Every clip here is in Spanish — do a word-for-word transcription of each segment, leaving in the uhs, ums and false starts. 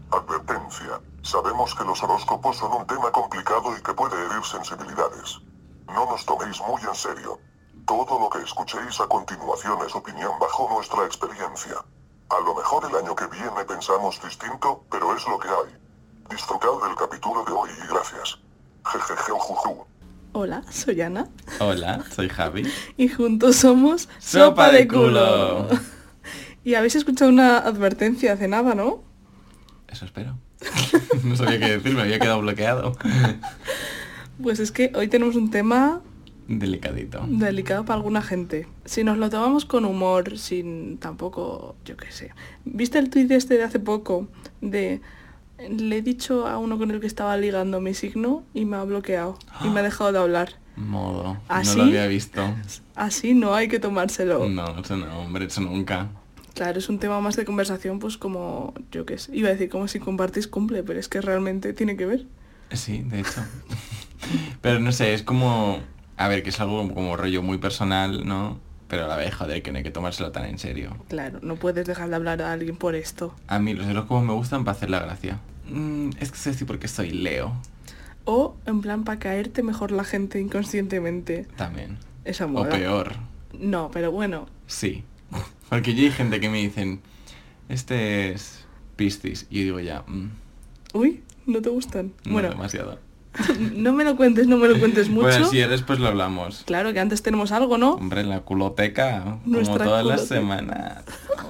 Advertencia. Sabemos que los horóscopos son un tema complicado y que puede herir sensibilidades. No nos toméis muy en serio. Todo lo que escuchéis a continuación es opinión bajo nuestra experiencia. A lo mejor el año que viene pensamos distinto, pero es lo que hay. Disfrutad del capítulo de hoy y gracias. Jejeje juju. Hola, soy Ana. Hola, soy Javi. Y juntos somos Sopa de Culo. Y habéis escuchado una advertencia hace nada, ¿no? Eso espero. No sabía qué decir, me había quedado bloqueado. Pues es que hoy tenemos un tema Delicadito. delicado para alguna gente. Si nos lo tomamos con humor, sin tampoco, yo qué sé. ¿Viste el tuit este de hace poco? De, le he dicho a uno con el que estaba ligando mi signo y me ha bloqueado. Y me ha dejado de hablar. Modo. ¿Así? No lo había visto. Así no hay que tomárselo. No, eso no, hombre, eso nunca. Claro, es un tema más de conversación, pues como, yo qué sé, iba a decir como si compartís cumple, pero es que realmente tiene que ver. Sí, de hecho. Pero no sé, es como... A ver, que es algo como rollo muy personal, ¿no? Pero a la vez, joder, que no hay que tomárselo tan en serio. Claro, no puedes dejar de hablar a alguien por esto. A mí los horóscopos me gustan para hacer la gracia. Mm, es que sé decir porque soy Leo. O, en plan, para caerte mejor la gente inconscientemente. También. Esa O moda. peor. No, pero bueno. Sí. Porque yo hay gente que me dicen, este es Piscis. Y yo digo ya, mmm, Uy, ¿no te gustan? no Bueno, demasiado. no me lo cuentes, no me lo cuentes mucho. Bueno, si eres, pues lo hablamos. Claro, que antes tenemos algo, ¿no? Hombre, la culoteca, como Nuestra todas las culoteca. semanas.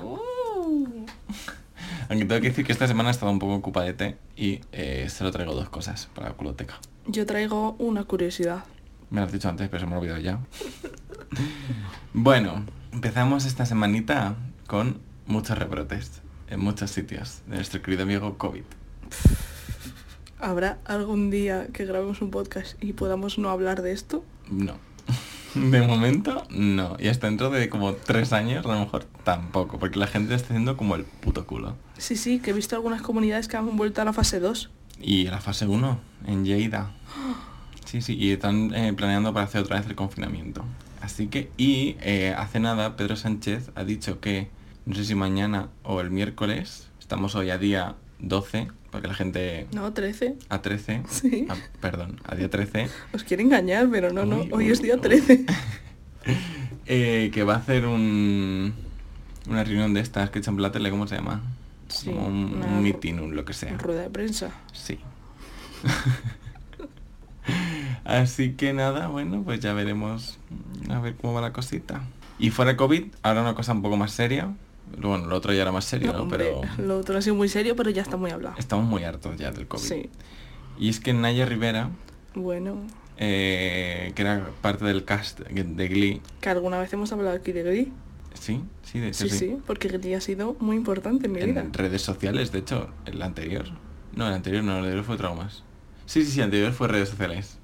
Aunque tengo que decir que esta semana he estado un poco ocupadete y eh, solo traigo dos cosas para la culoteca. Yo traigo una curiosidad. Me lo has dicho antes, pero se me ha olvidado ya. Bueno, empezamos esta semanita con muchos rebrotes en muchos sitios de nuestro querido amigo COVID. ¿Habrá algún día que grabemos un podcast y podamos no hablar de esto? No. De momento, no. Y hasta dentro de como tres años, a lo mejor tampoco. Porque la gente está haciendo como el puto culo. Sí, sí, que he visto algunas comunidades que han vuelto a la fase dos. Y a la fase uno, en Lleida. Sí, sí, y están eh, planeando para hacer otra vez el confinamiento. Así que, y eh, hace nada, Pedro Sánchez ha dicho que, no sé si mañana o el miércoles, estamos hoy a día doce, para que la gente... No, trece. A trece. Sí. A, perdón, a día trece. Os quiere engañar, pero no, no. Uy, Hoy uy, es día uy. trece. eh, que va a hacer un... Una reunión de estas que echan por la tele, ¿cómo se llama? Sí, Como un, una un ru- meeting, un lo que sea. Rueda de prensa. Sí. Así que nada, bueno, pues ya veremos a ver cómo va la cosita. Y fuera COVID, ahora una cosa un poco más seria. Bueno, lo otro ya era más serio, ¿no? Hombre, Pero lo otro ha sido muy serio, pero ya está muy hablado. estamos muy hartos ya del COVID. Sí. Y es que Naya Rivera, Bueno, eh, que era parte del cast de Glee, que alguna vez hemos hablado aquí de Glee. sí, sí, de hecho Sí, sí. sí, porque Glee ha sido muy importante en mi vida. En redes sociales, de hecho, el anterior. No, el anterior no, el anterior fue Traumas. Sí, sí, sí, el anterior fue redes sociales.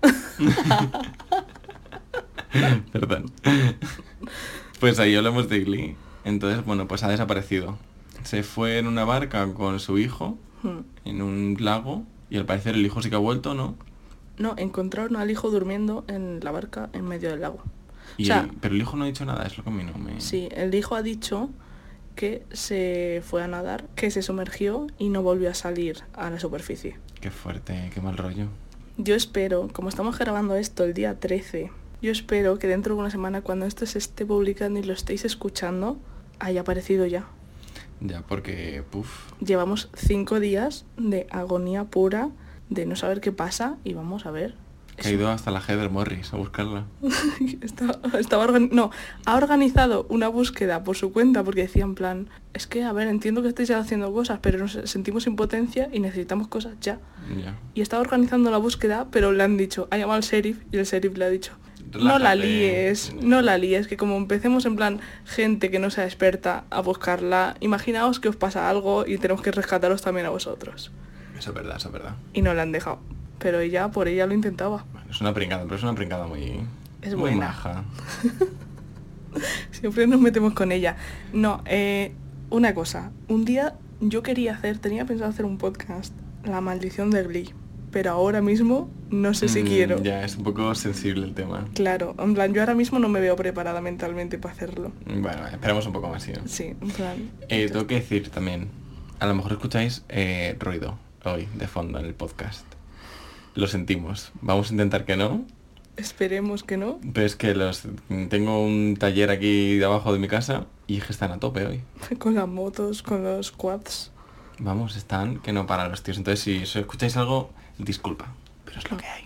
Perdón. Pues ahí hablamos de Glee. Entonces, bueno, pues ha desaparecido. Se fue en una barca con su hijo, Hmm. en un lago, y al parecer el hijo sí que ha vuelto, ¿no? No, encontraron al hijo durmiendo en la barca en medio del lago. Y O sea, el- pero el hijo no ha dicho nada, es lo que a mí no me... Sí, el hijo ha dicho que se fue a nadar, que se sumergió y no volvió a salir a la superficie. Qué fuerte, qué mal rollo. Yo espero, como estamos grabando esto el día trece, yo espero que dentro de una semana, cuando esto se esté publicando y lo estéis escuchando, haya aparecido ya. Ya, porque, puf, Llevamos cinco días de agonía pura, de no saber qué pasa, y vamos a ver. que ha ido hasta la Heather Morris a buscarla. Estaba, estaba organi- no, ha organizado una búsqueda por su cuenta porque decía en plan, es que, a ver, entiendo que estáis haciendo cosas, pero nos sentimos impotencia y necesitamos cosas ya. Ya. Y estaba organizando la búsqueda, pero le han dicho, ha llamado al sheriff y el sheriff le ha dicho, no la Relájate. líes, no la líes, que como empecemos en plan gente que no sea experta a buscarla, imaginaos que os pasa algo y tenemos que rescataros también a vosotros. Eso es verdad, eso es verdad. Y no la han dejado, pero ella por ella lo intentaba. Bueno, es una pringada, pero es una pringada muy... Es muy buena. maja. Siempre nos metemos con ella. No, eh, una cosa. Un día yo quería hacer, tenía pensado hacer un podcast, La maldición de Glee. Pero ahora mismo no sé si Mm, quiero. Ya, es un poco sensible el tema. Claro, en plan, yo ahora mismo no me veo preparada mentalmente para hacerlo. Bueno, esperamos un poco más, ¿sí? ¿no? Sí, en plan... Eh, ya tengo que decir también A lo mejor escucháis eh, ruido hoy de fondo en el podcast. Lo sentimos. Vamos a intentar que no. Esperemos que no. Pero es que los tengo un taller aquí debajo de mi casa y es que están a tope hoy. Con las motos, con los quads. Vamos, están que no paran los tíos. Entonces si os escucháis algo, disculpa. Pero es lo que hay.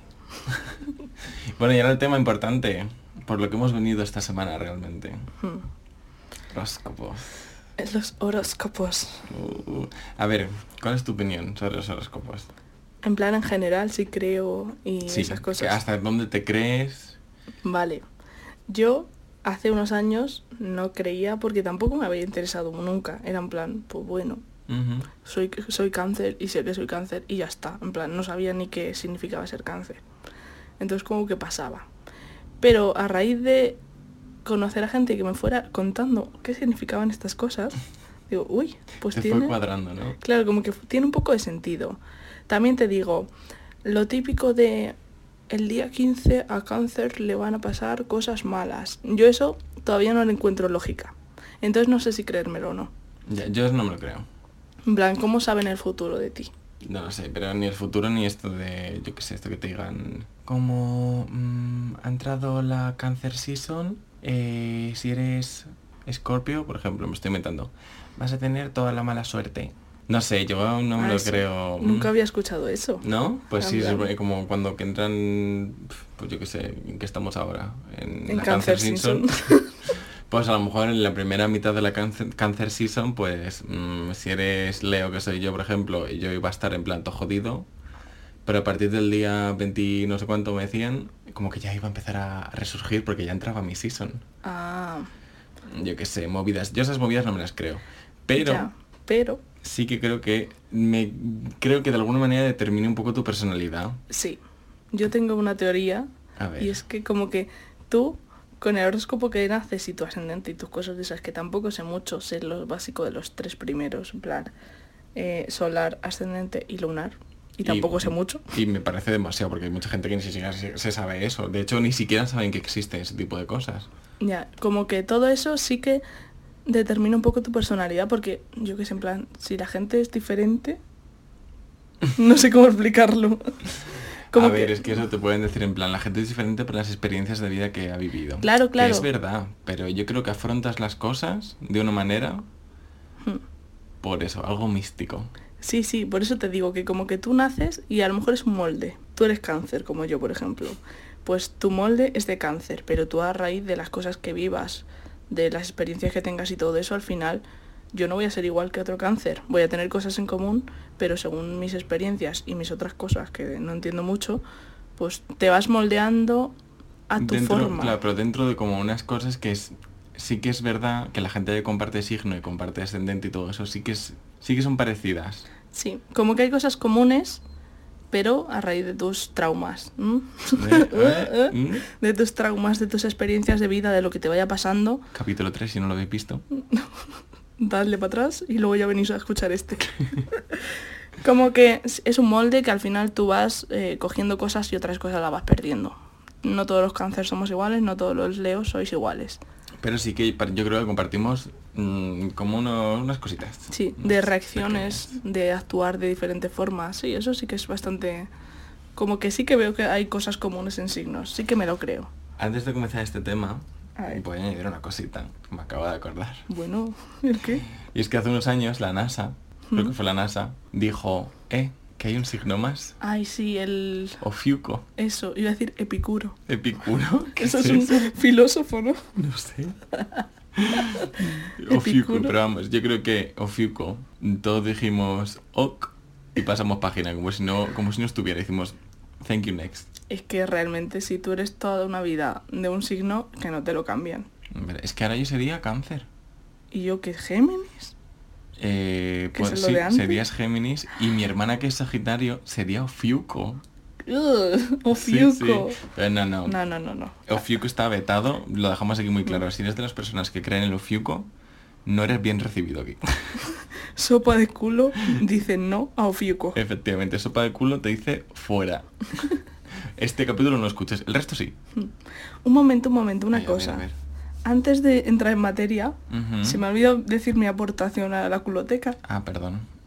Bueno, y ahora el tema importante. Por lo que hemos venido esta semana realmente. Hmm. Horóscopos. Los horóscopos. Uh, a ver, ¿cuál es tu opinión sobre los horóscopos? En plan, en general, sí creo y Sí, esas que cosas. ¿hasta dónde te crees? Vale. Yo hace unos años no creía porque tampoco me había interesado nunca. Era en plan, pues bueno, Ujú. soy, soy cáncer y sé que soy cáncer y ya está. En plan, no sabía ni qué significaba ser cáncer. Entonces como que pasaba. Pero a raíz de conocer a gente que me fuera contando qué significaban estas cosas, digo, uy, pues Te tiene... fue cuadrando, ¿no? Claro, como que tiene un poco de sentido. También te digo, lo típico de el día quince a cáncer le van a pasar cosas malas. Yo eso todavía no le encuentro lógica. Entonces no sé si creérmelo o no. Ya, yo no me lo creo. En plan, ¿cómo saben el futuro de ti? No lo sé, pero ni el futuro ni esto de, yo qué sé, esto que te digan, como mm, ha entrado la Cancer Season, eh, si eres Scorpio, por ejemplo, me estoy inventando, vas a tener toda la mala suerte. No sé, yo no me Ah, lo eso. creo. Nunca mm, había escuchado eso. ¿No? Pues En sí, plan- se supone como cuando que entran, pues yo qué sé, ¿en qué estamos ahora? En, En la Cancer Cancer Season. Pues a lo mejor en la primera mitad de la Cancer, cancer Season, pues mm, si eres Leo, que soy yo, por ejemplo, y yo iba a estar en plan todo jodido, pero a partir del día veinte no sé cuánto me decían, como que ya iba a empezar a resurgir porque ya entraba mi Season. Ah, Yo qué sé, movidas. Yo esas movidas no me las creo. Pero ya. Pero, sí que creo que me creo que de alguna manera determine un poco tu personalidad. sí. Yo tengo una teoría. A ver. Y es que como que tú, con el horóscopo que naces y tu ascendente y tus cosas de esas, que tampoco sé mucho, sé lo básico de los tres primeros, en plan, eh, solar, ascendente y lunar. Y tampoco sé mucho. Y me parece demasiado, porque hay mucha gente que ni siquiera se, se sabe eso. De hecho, ni siquiera saben que existe ese tipo de cosas. Ya, como que todo eso sí que determina un poco tu personalidad, porque yo que sé, en plan, si la gente es diferente, no sé cómo explicarlo. Como a ver, es que eso te pueden decir en plan, la gente es diferente por las experiencias de vida que ha vivido. Claro, Que claro. es verdad, pero yo creo que afrontas las cosas de una manera, Hmm. por eso, algo místico. Sí, sí, por eso te digo que como que tú naces y a lo mejor es un molde. Tú eres cáncer, como yo, por ejemplo. Pues tu molde es de cáncer, pero tú a raíz de las cosas que vivas, de las experiencias que tengas y todo eso, al final yo no voy a ser igual que otro cáncer. Voy a tener cosas en común, pero según mis experiencias y mis otras cosas que no entiendo mucho, pues te vas moldeando a tu dentro, forma. Claro, pero dentro de como unas cosas que es, sí que es verdad que la gente que comparte signo y comparte ascendente y todo eso, sí que es, sí que son parecidas. Sí, como que hay cosas comunes, pero a raíz de tus traumas. ¿m? ¿Eh? ¿Eh? ¿Mm? De tus traumas, de tus experiencias de vida, de lo que te vaya pasando, Capítulo tres, si no lo habéis visto. dadle para atrás y luego ya venís a escuchar este. Como que es es un molde que al final tú vas eh, cogiendo cosas y otras cosas las vas perdiendo. No todos los cánceres somos iguales, no todos los leos sois iguales. Pero sí que par- yo creo que compartimos mm, como uno- unas cositas. Sí, Unas de reacciones, pequeñas. de actuar de diferentes formas. Sí, eso sí que es bastante... Como que sí que veo que hay cosas comunes en signos, sí que me lo creo. Antes de comenzar este tema, A ver. voy a añadir una cosita que me acabo de acordar. Bueno, ¿el qué? Y es que hace unos años la NASA, creo que ¿Mm? fue la NASA, dijo, eh, que hay un signo más. Ay, sí, el... Ofiuco. Eso, iba a decir Epicuro. Epicuro. ¿Qué Eso es es un eso? filósofo, ¿no? No sé. Ofiuco, Epicuro. pero vamos, yo creo que Ofiuco, todos dijimos ok y pasamos página, como si no, como si no estuviera, decimos thank you next. Es que realmente si tú eres toda una vida de un signo, que no te lo cambian. Hombre, es que ahora yo sería cáncer. ¿Y yo qué, Géminis? Eh, ¿Que pues es lo sí, de antes? serías Géminis y mi hermana que es Sagitario sería Ofiuco. Ugh, o Sí, Fiuco. sí. Pero no, no. No, no, no, no. Ofiuco está vetado, lo dejamos aquí muy claro. Si eres de las personas que creen en el Ofiuco, no eres bien recibido aquí. Sopa de culo dice no a Ofiuco. Efectivamente, sopa de culo te dice fuera. Este capítulo no lo escuches, el resto sí. Un momento, un momento, una Ay, a ver, cosa. a ver. Antes de entrar en materia, Ujú. se me ha olvidado decir mi aportación a la culoteca. Ah, perdón.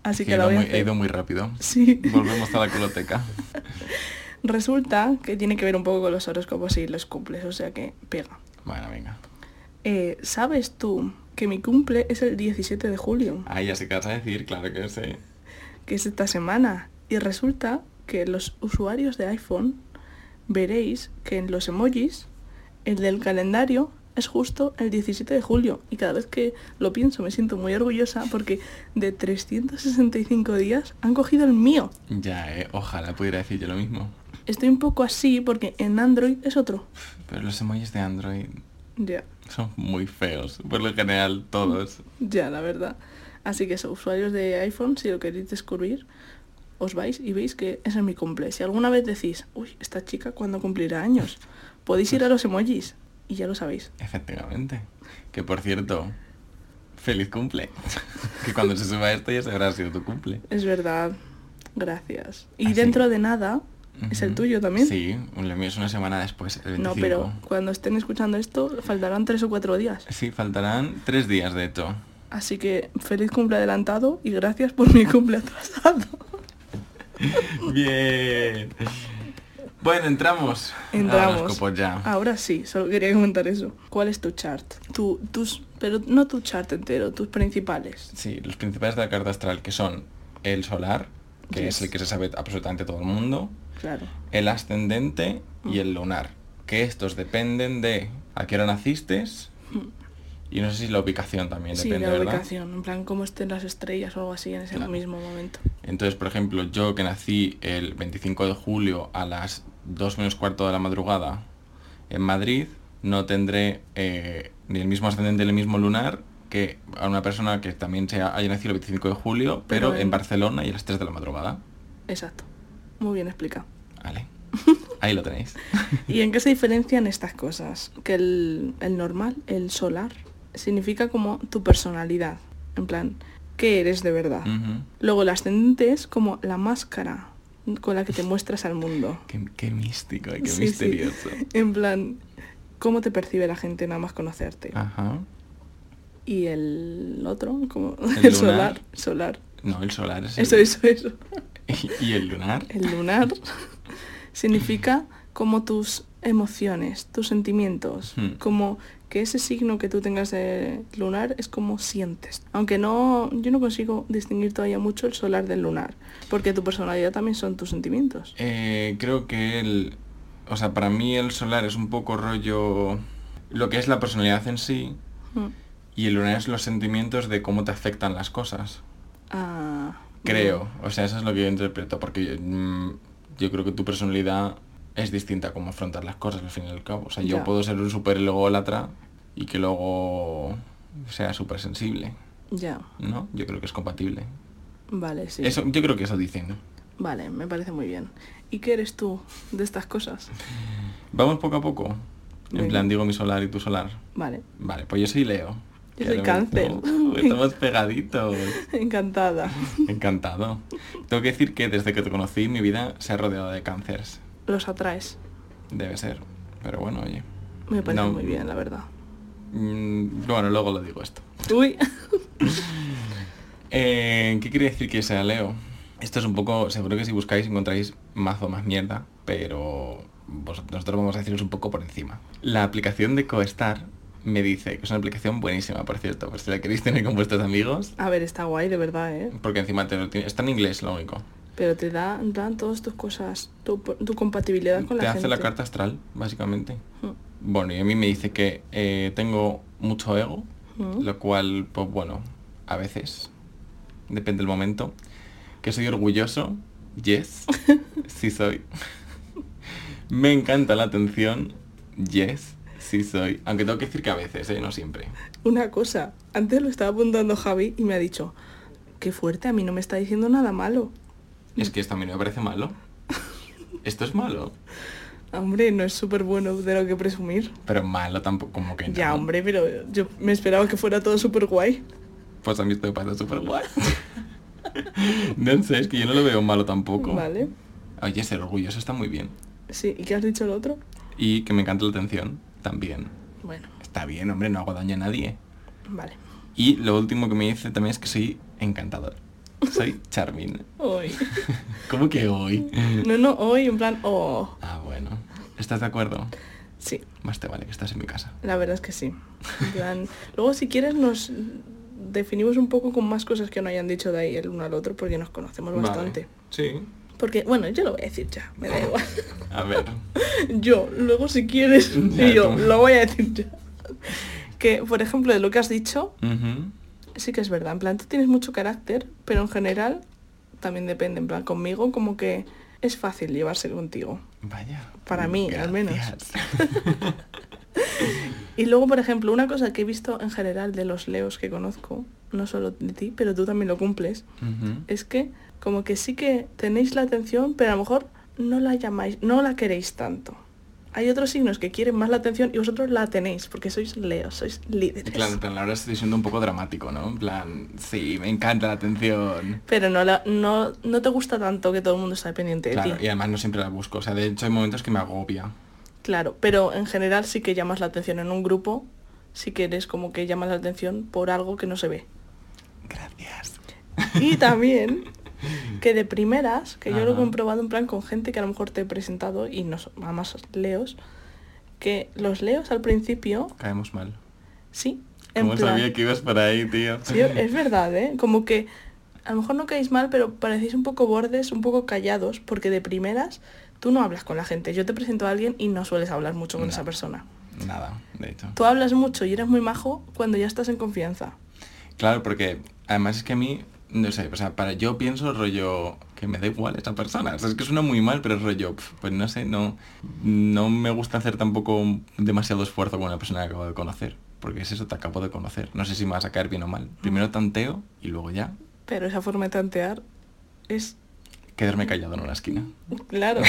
Así Sí, que he la ido voy a muy- hacer. he ido muy rápido. Sí. Volvemos a la coloteca. Resulta que tiene que ver un poco con los horóscopos y los cumples, o sea que pega. Bueno, venga. Eh, ¿Sabes tú que mi cumple es el diecisiete de julio? Ah, ya sé qué vas a decir, claro que sé. Que es esta semana. Y resulta que los usuarios de iPhone veréis que en los emojis el del calendario es justo el diecisiete de julio. Y cada vez que lo pienso me siento muy orgullosa porque de trescientos sesenta y cinco días han cogido el mío. Ya, eh, ojalá pudiera decir yo lo mismo. Estoy un poco así porque en Android es otro. Pero los emojis de Android Ya, son muy feos, por lo general todos. ya, la verdad. Así que eso, usuarios de iPhone, si lo queréis descubrir, os vais y veis que ese es mi cumple. Si alguna vez decís, uy, esta chica cuándo cumplirá años, podéis ir a los emojis y ya lo sabéis. Efectivamente. Que por cierto, feliz cumple. Que cuando se suba esto ya se habrá sido tu cumple. Es verdad, gracias. Y Así dentro que- de nada, es el Ujú. tuyo también. Sí, lo mío es una semana después, el veinticinco. No, pero cuando estén escuchando esto, faltarán tres o cuatro días. Sí, faltarán tres días de hecho. Así que feliz cumple adelantado y gracias por mi cumple atrasado. Bien. Bueno, entramos. Entramos. A horóscopos ya. Ahora sí, solo quería comentar eso. ¿Cuál es tu chart? Tu, tus, pero no tu chart entero, tus principales. Sí, los principales de la carta astral, que son el solar, que Yes. es el que se sabe absolutamente todo el mundo, Claro. el ascendente y el lunar, que estos dependen de a qué hora naciste y no sé si la ubicación también Sí, depende, la ¿verdad? ubicación, en plan cómo estén las estrellas o algo así en ese Claro. mismo momento. Entonces, por ejemplo, yo que nací el veinticinco de julio a las dos menos cuarto de la madrugada en Madrid, no tendré eh, ni el mismo ascendente ni el mismo lunar que a una persona que también se haya nacido el veinticinco de julio, pero, Pero en- en Barcelona y a las tres de la madrugada. Exacto. Muy bien explicado. Vale. Ahí lo tenéis. ¿Y en qué se diferencian estas cosas? Que el, el normal, el solar, significa como tu personalidad. En plan, ¿qué eres de verdad? Ujú. Luego el ascendente es como la máscara con la que te muestras al mundo. Qué, qué místico y qué Sí, sí. misterioso. En plan, ¿cómo te percibe la gente nada más conocerte? Ajá. Y el otro, como El el, lunar. solar, solar. No, el solar es Eso, el... eso, eso. Y, y el lunar. El lunar significa como tus emociones, tus sentimientos, Hmm. como que ese signo que tú tengas de lunar es como sientes. Aunque no, yo no consigo distinguir todavía mucho el solar del lunar, porque tu personalidad también son tus sentimientos. Eh, creo que el... O sea, para mí el solar es un poco rollo... Lo que es la personalidad en sí, Mm. y el lunar es los sentimientos de cómo te afectan las cosas. Ah, Creo. O sea, eso es lo que yo interpreto, porque yo, mm, yo creo que tu personalidad es distinta a cómo afrontar las cosas al fin y al cabo. O sea, yo Ya. puedo ser un súper ególatra y que luego sea súper sensible, ya, ¿no? Yo creo que es compatible. vale, sí. Eso, yo creo que eso dicen. Vale, me parece muy bien. ¿Y qué eres tú de estas cosas? Vamos poco a poco. En Venga. plan, digo mi solar y tu solar. Vale, Vale, pues yo soy Leo. Yo soy Ya lo Cáncer. ves tú. Uh, estamos pegaditos. encantada. Encantado. Tengo que decir que desde que te conocí mi vida se ha rodeado de cánceres. Los atraes. Debe ser. Pero bueno, oye. Me parece No. muy bien, la verdad. Mm, bueno, luego lo digo esto. Uy. Eh, ¿Qué quiere decir que sea Leo? Esto es un poco... Seguro que si buscáis encontráis mazo más mierda, pero vos- nosotros vamos a deciros un poco por encima. La aplicación de CoStar me dice que es una aplicación buenísima, por cierto, por si la queréis tener con vuestros amigos, A ver, está guay, de verdad, ¿eh? porque encima te lo tiene- está en inglés lo único. Pero te da, en plan, todas tus cosas, tu, tu compatibilidad con Te la hace gente. la carta astral, básicamente. Mm. Bueno, y a mí me dice que eh, tengo mucho ego, Mm. lo cual, pues bueno, a veces, depende del momento. Que soy orgulloso, yes, sí soy. Me encanta la atención, yes, sí soy. Aunque tengo que decir que a veces, ¿eh? No siempre. Una cosa, antes lo estaba apuntando Javi y me ha dicho, qué fuerte, a mí no me está diciendo nada malo. Es que esto a mí no me parece malo. Esto es malo. Hombre, no es súper bueno de lo que presumir. Pero malo tampoco, como que no. Ya, hombre, pero yo me esperaba que fuera todo súper guay. Pues a mí esto me parece súper guay. No sé, es que yo no lo veo malo tampoco. Vale. Oye, ser orgulloso está muy bien. Sí, ¿y qué has dicho el otro? Y que me encanta la atención, también. Bueno, Está bien, hombre, no hago daño a nadie. vale. Y lo último que me dice también es que soy encantador. Soy charming. Hoy. ¿Cómo que hoy? No, no, hoy en plan, oh. Ah, bueno. ¿Estás de acuerdo? Sí, Más te vale que estás en mi casa. la verdad es que sí. En plan, luego si quieres nos definimos un poco con más cosas que no hayan dicho de ahí el uno al otro porque nos conocemos bastante. Vale. Sí. Porque, bueno, yo lo voy a decir ya, me da igual. A ver. Yo, luego si quieres, Ya, y yo tú. lo voy a decir ya. Que, por ejemplo, de lo que has dicho, Ujú. sí que es verdad. En plan, tú tienes mucho carácter, pero en general también depende. En plan, conmigo como que es fácil llevarse contigo. Vaya. Para mí, al menos. Gracias. Y luego, por ejemplo, una cosa que he visto en general de los leos que conozco, no solo de ti, pero tú también lo cumples, Ujú. es que como que sí que tenéis la atención, pero a lo mejor no la llamáis, no la queréis tanto. Hay otros signos que quieren más la atención y vosotros la tenéis, porque sois leos, sois líderes. Claro, en plan, ahora estoy siendo un poco dramático, ¿no? En plan, sí, me encanta la atención. Pero no, la, no, no te gusta tanto que todo el mundo esté pendiente de Claro, ti. y además no siempre la busco. O sea, de hecho hay momentos que me agobia. Claro, pero en general sí que llamas la atención en un grupo, sí que eres como que llamas la atención por algo que no se ve. Gracias. Y también que de primeras, que yo lo he Ajá. comprobado en plan con gente que a lo mejor te he presentado y no son, además leos, que los leos al principio, Caemos mal. sí, en ¿Cómo plan, sabía que ibas por ahí, tío? sí, es verdad, ¿eh? Como que a lo mejor no caéis mal, pero parecéis un poco bordes, un poco callados, porque de primeras tú no hablas con la gente. Yo te presento a alguien y no sueles hablar mucho con No. esa persona. Nada, de hecho. Tú hablas mucho y eres muy majo cuando ya estás en confianza. Claro, porque además es que a mí, no sé, o sea, para yo pienso rollo que me da igual esa persona. O sea, es que suena muy mal, pero es rollo, pf, pues no sé, no, no me gusta hacer tampoco demasiado esfuerzo con una persona que acabo de conocer. Porque es eso, te acabo de conocer. No sé si me vas a caer bien o mal. Primero tanteo y luego ya Pero esa forma de tantear es quedarme callado en una esquina. claro.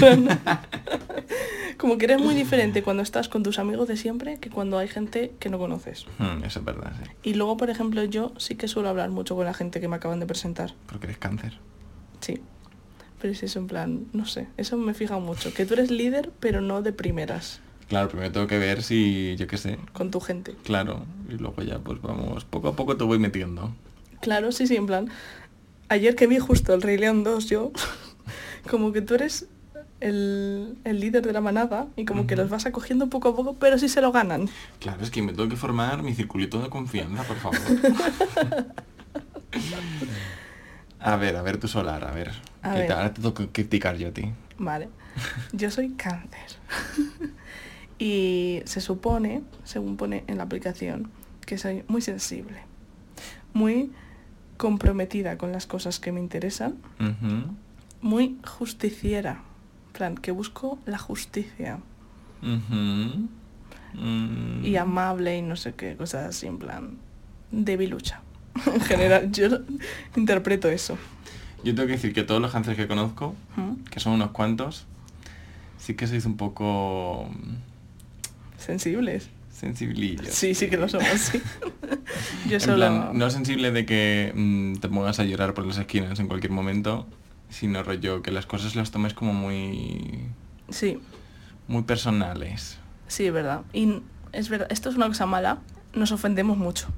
Como que eres muy diferente cuando estás con tus amigos de siempre que cuando hay gente que no conoces. Hmm, eso es verdad, sí. Y luego, por ejemplo, yo sí que suelo hablar mucho con la gente que me acaban de presentar. Porque eres cáncer. Sí. Pero es eso, en plan, no sé, eso me fija mucho. Que tú eres líder, pero no de primeras, Claro, primero tengo que ver si, yo qué sé, con tu gente. claro. Y luego ya, pues vamos, poco a poco te voy metiendo. Claro, sí, sí, en plan, ayer que vi justo el Rey León dos, yo, como que tú eres el, el líder de la manada y como que Ujú. los vas acogiendo poco a poco, pero sí se lo ganan. Claro, es que me tengo que formar mi circulito de confianza, por favor. A ver, a ver tu solar, a ver. A que ver. te- ahora te tengo que criticar yo a ti. Vale. Yo soy cáncer. Y se supone, según pone en la aplicación, que soy muy sensible, muy comprometida con las cosas que me interesan, Ujú, muy justiciera, en plan, que busco la justicia, ujú, mm. y amable y no sé qué, cosas así, en plan, debilucha. En general, yo interpreto eso. Yo tengo que decir que todos los cánceres que conozco, ¿Mm? que son unos cuantos, sí que sois un poco Sensibles. sensibilillos. Sí, sí que lo somos, sí. Yo En solo... plan, no sensible de que mm, te pongas a llorar por las esquinas en cualquier momento, sino rollo que las cosas las tomes como muy Sí, muy personales. sí, es verdad. Y es verdad, esto es una cosa mala, nos ofendemos mucho.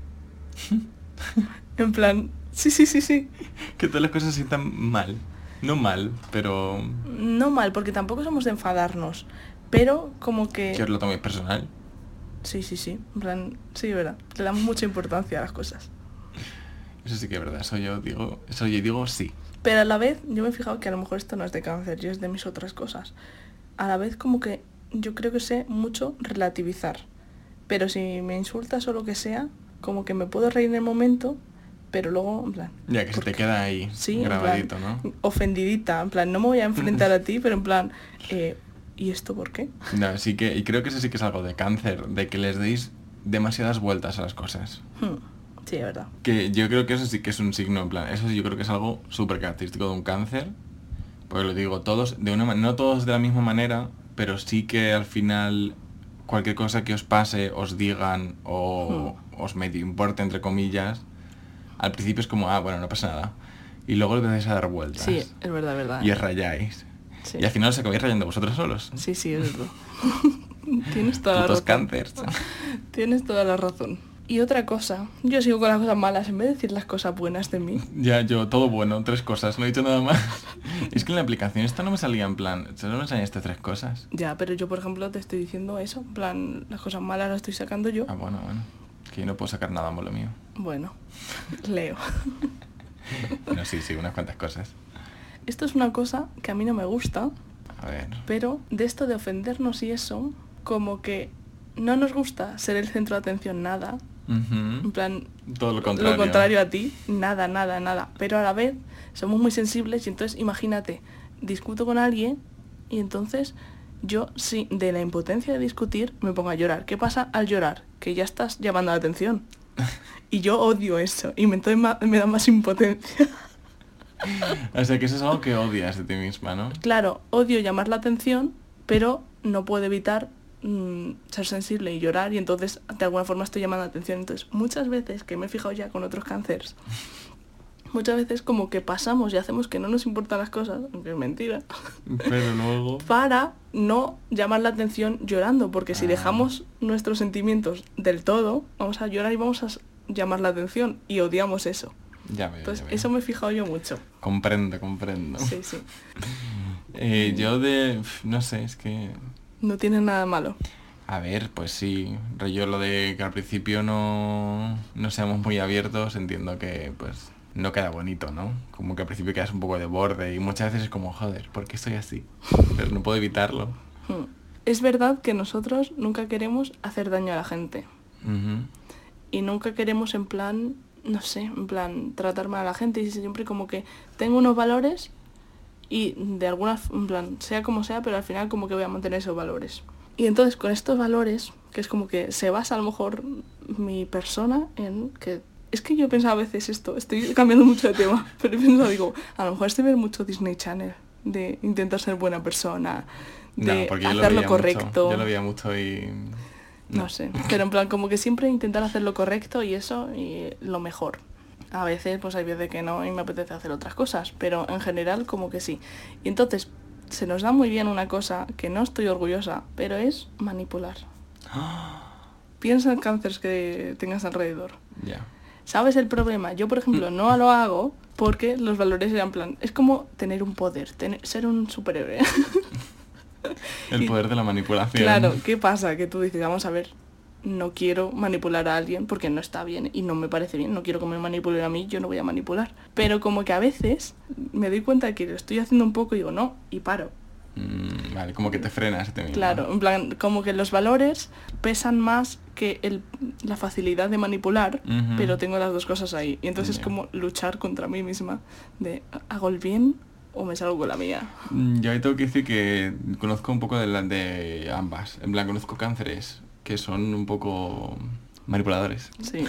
En plan, sí, sí, sí, sí. Que todas las cosas se sientan mal. No mal, pero No mal, porque tampoco somos de enfadarnos, pero como que... que os lo toméis personal. Sí, sí, sí, en plan, sí, es verdad. Le damos mucha importancia a las cosas. Eso sí que es verdad. Eso yo digo, eso yo digo sí. Pero a la vez, yo me he fijado que a lo mejor esto no es de cáncer, yo es de mis otras cosas. A la vez como que yo creo que sé mucho relativizar. Pero si me insultas o lo que sea, como que me puedo reír en el momento, pero luego, en plan... Ya que se porque- te queda ahí Sí, en grabadito, plan, ¿no? ofendidita, en plan, no me voy a enfrentar a ti, pero en plan, eh, ¿y esto por qué? No, sí que, y creo que eso sí que es algo de cáncer, de que les deis demasiadas vueltas a las cosas. Hmm, sí, es verdad. Que yo creo que eso sí que es un signo, en plan, eso sí yo creo que es algo súper característico de un cáncer. Porque lo digo, todos, de una ma- no todos de la misma manera, pero sí que al final cualquier cosa que os pase, os digan o os medio importe, entre comillas, al principio es como, ah, bueno, no pasa nada. Y luego le empezáis a dar vueltas. Sí, es verdad, es verdad. Y os rayáis. Sí. Y al final os acabáis rayando vosotros solos. Sí, sí, es verdad. Tienes toda la Putos razón. cánceres. Tienes toda la razón. Y otra cosa, yo sigo con las cosas malas en vez de decir las cosas buenas de mí. Ya, yo, todo bueno, tres cosas, no he dicho nada más. Es que en la aplicación esta no me salía en plan, solo me enseñaste tres cosas. Ya, pero yo, por ejemplo, te estoy diciendo eso, en plan, las cosas malas las estoy sacando yo. Ah, bueno, bueno. Que yo no puedo sacar nada malo mío. Bueno, leo. Bueno, sí, sí, unas cuantas cosas. Esto es una cosa que a mí no me gusta, A ver. pero de esto de ofendernos y eso, como que no nos gusta ser el centro de atención nada. En Ujú. plan, Todo lo contrario. lo contrario a ti, nada, nada, nada. Pero a la vez somos muy sensibles y entonces imagínate, discuto con alguien y entonces yo, sí, de la impotencia de discutir, me pongo a llorar. ¿Qué pasa al llorar? Que ya estás llamando la atención. Y yo odio eso y me, entonces ma- me da más impotencia. O sea, que eso es algo que odias de ti misma, ¿no? Claro, odio llamar la atención, pero no puedo evitar mm, ser sensible y llorar y entonces de alguna forma estoy llamando la atención. Entonces muchas veces, que me he fijado ya con otros cánceres, muchas veces como que pasamos y hacemos que no nos importan las cosas, aunque es mentira, Pero luego... para no llamar la atención llorando, porque si Ah. dejamos nuestros sentimientos del todo, vamos a llorar y vamos a s- llamar la atención y odiamos eso. Ya veo, Entonces ya veo. eso me he fijado yo mucho. Comprendo, comprendo. Sí, sí. Eh, yo de... No sé, es que... No tiene nada malo. A ver, pues sí, rollo lo de que al principio no, no seamos muy abiertos, entiendo que pues no queda bonito, ¿no? Como que al principio quedas un poco de borde y muchas veces es como, joder, ¿por qué soy así? Pero no puedo evitarlo. Hmm. Es verdad que nosotros nunca queremos hacer daño a la gente. Ujú. Y nunca queremos en plan, no sé, en plan tratar mal a la gente. Y siempre como que tengo unos valores y de alguna, f- en plan, sea como sea, pero al final como que voy a mantener esos valores. Y entonces con estos valores, que es como que se basa a lo mejor mi persona en que... Es que yo he pensado a veces esto, estoy cambiando mucho de tema, pero he pensado, digo, a lo mejor es de ver mucho Disney Channel, de intentar ser buena persona, de No, porque yo lo hacer lo veía correcto. mucho, yo lo veía mucho y... No sé, pero en plan como que siempre intentar hacer lo correcto y eso y lo mejor. A veces pues hay veces que no y me apetece hacer otras cosas, pero en general como que sí. Y entonces se nos da muy bien una cosa que no estoy orgullosa, pero es manipular. Piensa en cánceres que tengas alrededor. Ya. ¿Sabes el problema? Yo, por ejemplo, no lo hago porque los valores eran plan... Es como tener un poder, tener, ser un superhéroe. El Y- poder de la manipulación. Claro, ¿qué pasa? Que tú dices, vamos a ver, no quiero manipular a alguien porque no está bien y no me parece bien, no quiero que me manipulen a mí, yo no voy a manipular. Pero como que a veces me doy cuenta de que lo estoy haciendo un poco y digo, no, y paro. Mm, vale, como que te frenas a ti misma. Claro, en plan, como que los valores pesan más que el, la facilidad de manipular, Ujú. pero tengo las dos cosas ahí. Y entonces Ya. es como luchar contra mí misma de, ¿hago el bien o me salgo con la mía? Mm, Yo ahí tengo que decir que conozco un poco de, la, de ambas. En plan, conozco cánceres que son un poco manipuladores Sí.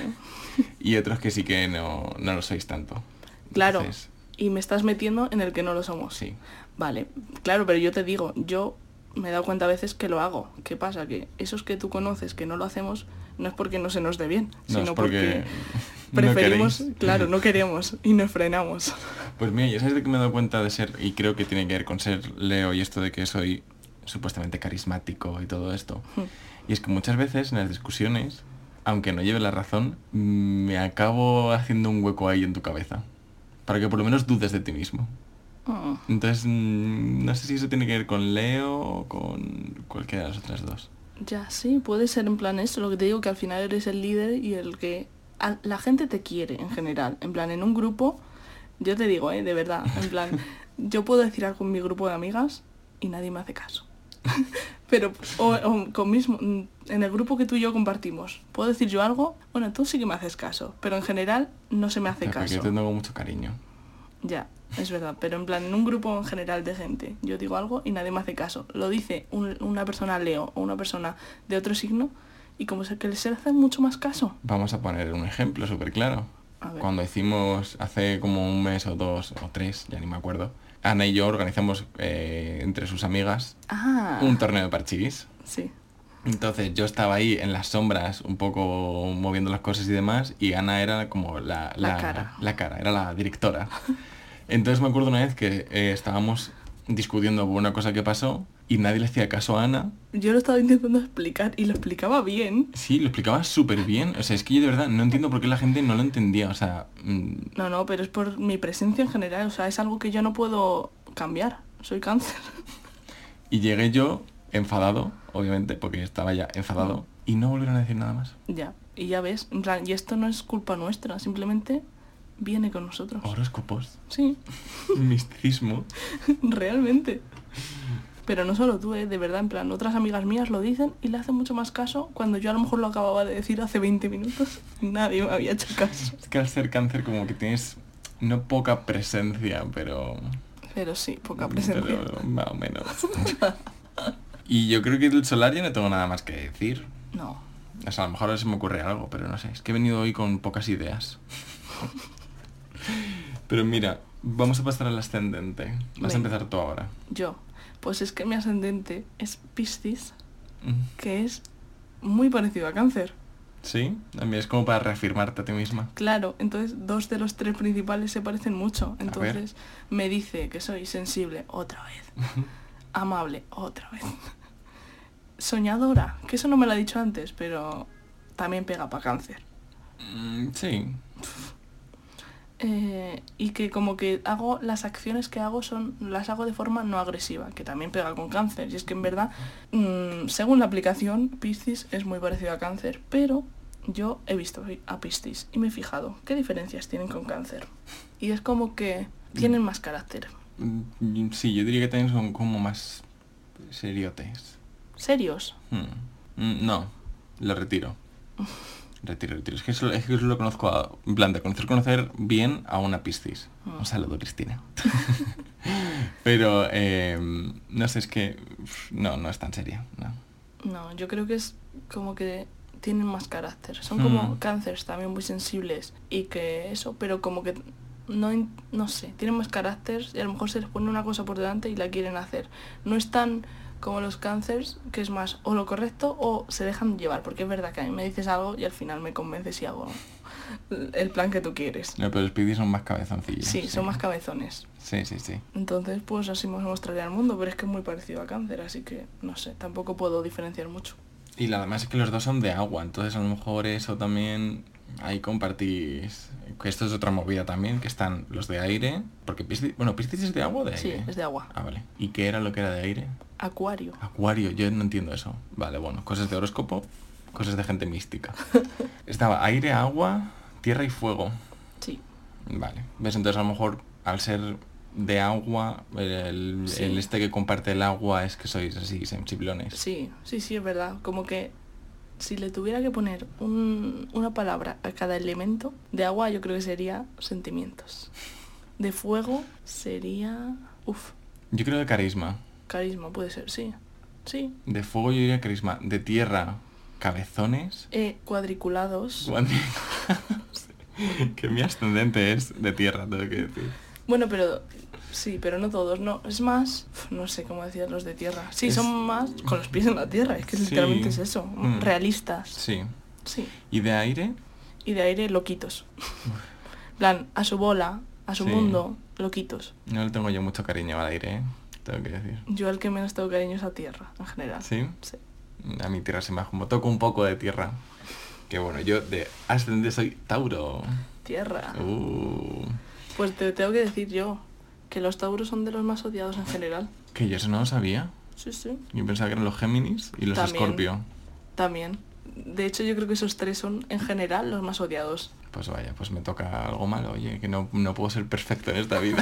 y otros que sí que no, no lo sois tanto. Claro, Entonces, y me estás metiendo en el que no lo somos. sí. Vale, claro, pero yo te digo, yo me he dado cuenta a veces que lo hago. ¿Qué pasa? Que esos que tú conoces que no lo hacemos no es porque no se nos dé bien, No, sino es porque no preferimos, queréis. claro, no queremos y nos frenamos. Pues mira, ya sabes de que me he dado cuenta de ser, y creo que tiene que ver con ser Leo y esto de que soy supuestamente carismático y todo esto. Y es que muchas veces en las discusiones, aunque no lleve la razón, mm, me acabo haciendo un hueco ahí en tu cabeza. Para que por lo menos dudes de ti mismo. Mm. Entonces, mm, no sé si eso tiene que ver con Leo o con cualquiera de las otras dos. Ya, sí, puede ser en plan eso, lo que te digo, que al final eres el líder y el que... a- la gente te quiere en general, en plan, en un grupo, yo te digo, eh, de verdad, en plan, yo puedo decir algo en mi grupo de amigas y nadie me hace caso. Pero, o, o con mismo, en el grupo que tú y yo compartimos, puedo decir yo algo, bueno, tú sí que me haces caso, pero en general no se me hace Pero porque caso. yo te tengo mucho cariño. Ya, es verdad, pero en plan, en un grupo en general de gente, yo digo algo y nadie me hace caso. Lo dice un- una persona Leo o una persona de otro signo y como sé que les hace mucho más caso. Vamos a poner un ejemplo súper claro. A ver. Cuando hicimos hace como un mes o dos o tres, ya ni me acuerdo, Ana y yo organizamos eh, entre sus amigas Ah, un torneo de parchís. sí. Entonces yo estaba ahí en las sombras un poco moviendo las cosas y demás y Ana era como la, La cara. la cara, era la directora. Entonces me acuerdo una vez que eh, estábamos discutiendo por una cosa que pasó y nadie le hacía caso a Ana. Yo lo estaba intentando explicar y lo explicaba bien. Sí, lo explicaba súper bien. O sea, es que yo de verdad no entiendo por qué la gente no lo entendía. O sea... Mmm... No, no, pero es por mi presencia en general. O sea, es algo que yo no puedo cambiar. Soy cáncer. Y llegué yo enfadado, obviamente, porque estaba ya enfadado. Y no volvieron a decir nada más. Ya, y ya ves, en plan, y esto no es culpa nuestra, simplemente viene con nosotros. Horóscopos. Sí. Misticismo. Realmente. Pero no solo tú, ¿eh? De verdad, en plan, otras amigas mías lo dicen y le hacen mucho más caso cuando yo a lo mejor lo acababa de decir hace veinte minutos. Nadie me había hecho caso. Es que al ser cáncer como que tienes, no poca presencia, pero... Pero sí, poca presencia. Pero más o menos. Y yo creo que del solar ya no tengo nada más que decir. No. O sea, a lo mejor ahora se me ocurre algo, pero no sé. Es que he venido hoy con pocas ideas. Pero mira, vamos a pasar al ascendente. Vas Venga. a empezar tú ahora. Yo. Pues es que mi ascendente es Piscis, Mm. que es muy parecido a Cáncer. ¿Sí? A mí es como para reafirmarte a ti misma. Claro, entonces dos de los tres principales se parecen mucho. Entonces me dice que soy sensible otra vez, amable otra vez, soñadora, que eso no me lo ha dicho antes, pero también pega para Cáncer. Mm, sí. Eh, y que como que hago, las acciones que hago son, las hago de forma no agresiva, que también pega con Cáncer. Y es que en verdad, mmm, según la aplicación, Piscis es muy parecido a Cáncer, pero yo he visto a Piscis y me he fijado qué diferencias tienen con Cáncer. Y es como que tienen más carácter. Mm, sí, yo diría que también son como más seriotes. ¿Serios? Hmm. Mm, no, lo retiro. Retiro, retiro. Es que eso, es que eso lo conozco, a, en plan, de conocer, conocer bien a una Piscis. Un saludo, Cristina. Pero, eh, no sé, es que... No, no es tan seria, no. No, yo creo que es como que tienen más carácter. Son como Hmm. cánceres también muy sensibles y que eso, pero como que no, in- no sé, tienen más carácter y a lo mejor se les pone una cosa por delante y la quieren hacer. No es tan como los cánceres, que es más o lo correcto o se dejan llevar, porque es verdad que a mí me dices algo y al final me convences y hago el plan que tú quieres. No, pero los Piscis son más cabezoncillos. Sí, son más cabezones. Sí, sí, sí. Entonces, pues así me mostraría al mundo, pero es que es muy parecido a cáncer, así que no sé, tampoco puedo diferenciar mucho. Y la además es que los dos son de agua, entonces a lo mejor eso también... Ahí compartís... Que esto es otra movida también, que están los de aire... Porque Piscis... Bueno, ¿Piscis es de agua o de Sí, aire? es de agua. Ah, vale. ¿Y qué era lo que era de aire? Acuario. Acuario, yo no entiendo eso. Vale, bueno, cosas de horóscopo, cosas de gente mística. Estaba aire, agua, tierra y fuego. Sí. Vale. ¿Ves? Entonces a lo mejor al ser de agua, el, Sí. el este que comparte el agua es que sois así sensiblones. Sí, sí, sí, es verdad. Como que si le tuviera que poner un- una palabra a cada elemento, de agua yo creo que sería sentimientos. De fuego sería... Uf, Yo creo de carisma. carisma puede ser, sí. Sí. De fuego yo diría carisma. De tierra, cabezones. Eh, cuadriculados. Que mi ascendente es de tierra, tengo que decir. Bueno, pero... Sí, pero no todos, no. Es más... uf, no sé cómo decir los de tierra. Sí, Es- son más con los pies en la tierra. Es que Sí. literalmente es eso. Mm. Realistas. Sí. Sí. ¿Y de aire? Y de aire, loquitos. plan, a su bola, a su Sí. mundo, loquitos. No le tengo yo mucho cariño al aire, ¿eh? Tengo que decir. Yo al que menos tengo cariño es a tierra, en general. ¿Sí? Sí. A mi tierra se me como toco un poco de tierra. Que bueno, yo de ascendente soy Tauro. Tierra. Uh, Pues te tengo que decir yo que los tauros son de los más odiados en general. que yo eso no lo sabía. Sí, sí. Yo pensaba que eran los Géminis y los También. Escorpio. También. De hecho, yo creo que esos tres son, en general, los más odiados. Pues vaya, pues me toca algo malo, oye, que no, no puedo ser perfecto en esta vida.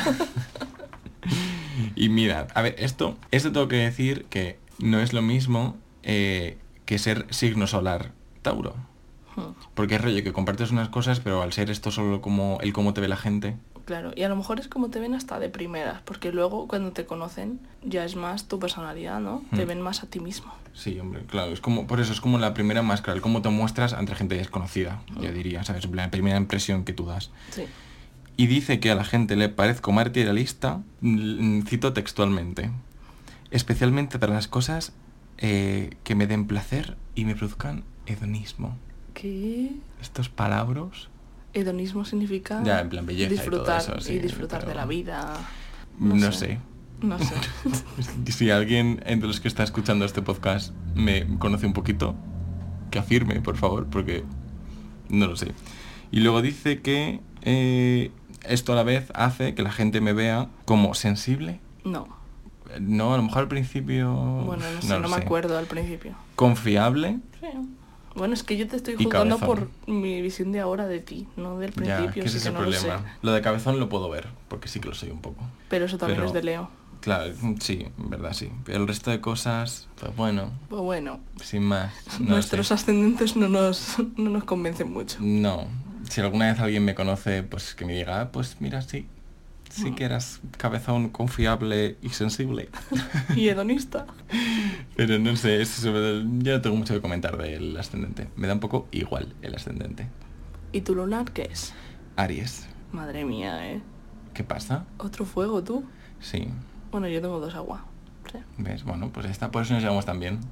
Y mirad, a ver, esto, esto tengo que decir que no es lo mismo eh, que ser signo solar Tauro. Hmm. Porque es rollo que compartes unas cosas, pero al ser esto solo como el cómo te ve la gente. Claro, y a lo mejor es como te ven hasta de primeras, porque luego cuando te conocen ya es más tu personalidad, ¿no? Te Hmm. ven más a ti mismo. Sí, hombre, claro, es como, por eso es como la primera máscara, el cómo te muestras ante gente desconocida, yo diría, ¿sabes? En plan, la primera impresión que tú das. Sí. Y dice que a la gente le parezco materialista, mm, cito textualmente, especialmente para las cosas eh, que me den placer y me produzcan hedonismo. ¿Qué? Estos palabras... Hedonismo significa Ya, en plan belleza y todo disfrutar eso, sí, y disfrutar pero- de la vida. No, No sé. sé. No sé. Si alguien entre los que está escuchando este podcast me conoce un poquito, que afirme, por favor, porque no lo sé. Y luego dice que eh, esto a la vez hace que la gente me vea como sensible. No. No, a lo mejor al principio... Bueno, no sé, no, lo me sé. acuerdo al principio. Confiable. Sí. Bueno, es que yo te estoy Y juzgando cabezón. por mi visión de ahora de ti, no del principio. Ya, que ese sí es el no lo sé. problema. Lo de cabezón lo puedo ver, porque sí que lo soy un poco. Pero eso también Pero- es de Leo. Claro, sí, en verdad sí. Pero el resto de cosas, pues bueno, Pues bueno, sin más. No nuestros sé. ascendentes no nos, no nos convencen mucho. No. Si alguna vez alguien me conoce, pues que me diga, ah, pues mira, sí. Sí que eras cabezón, confiable y sensible. Y hedonista. Pero no sé, es sobre el- yo no tengo mucho que comentar del ascendente. Me da un poco igual el ascendente. ¿Y tu lunar qué es? Aries. Madre mía, ¿eh? ¿Qué pasa? Otro fuego, tú. Sí. Bueno, yo tengo dos agua. Sí. ¿Ves? Bueno, pues ya está, por eso nos llevamos tan bien.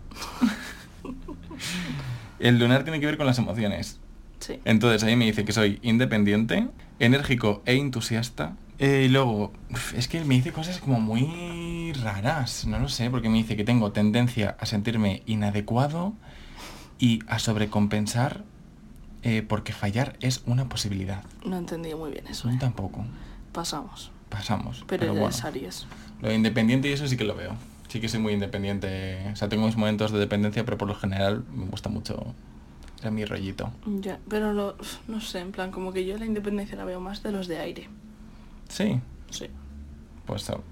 El lunar tiene que ver con las emociones. Sí. Entonces ahí me dice que soy independiente, enérgico e entusiasta. Eh, y luego, uf, es que me dice cosas como muy raras, no lo sé, porque me dice que tengo tendencia a sentirme inadecuado y a sobrecompensar eh, porque fallar es una posibilidad. No he entendido muy bien eso, Yo ¿eh? tampoco. Pasamos. Pasamos. Pero, Pero, ya bueno, es Aries. lo de independiente y eso sí que lo veo. Sí que soy muy independiente. O sea, tengo mis momentos de dependencia, pero por lo general me gusta mucho. Era mi rollito. Ya, pero lo, no sé, en plan, como que yo la independencia la veo más de los de aire. Sí, Sí. pues ok.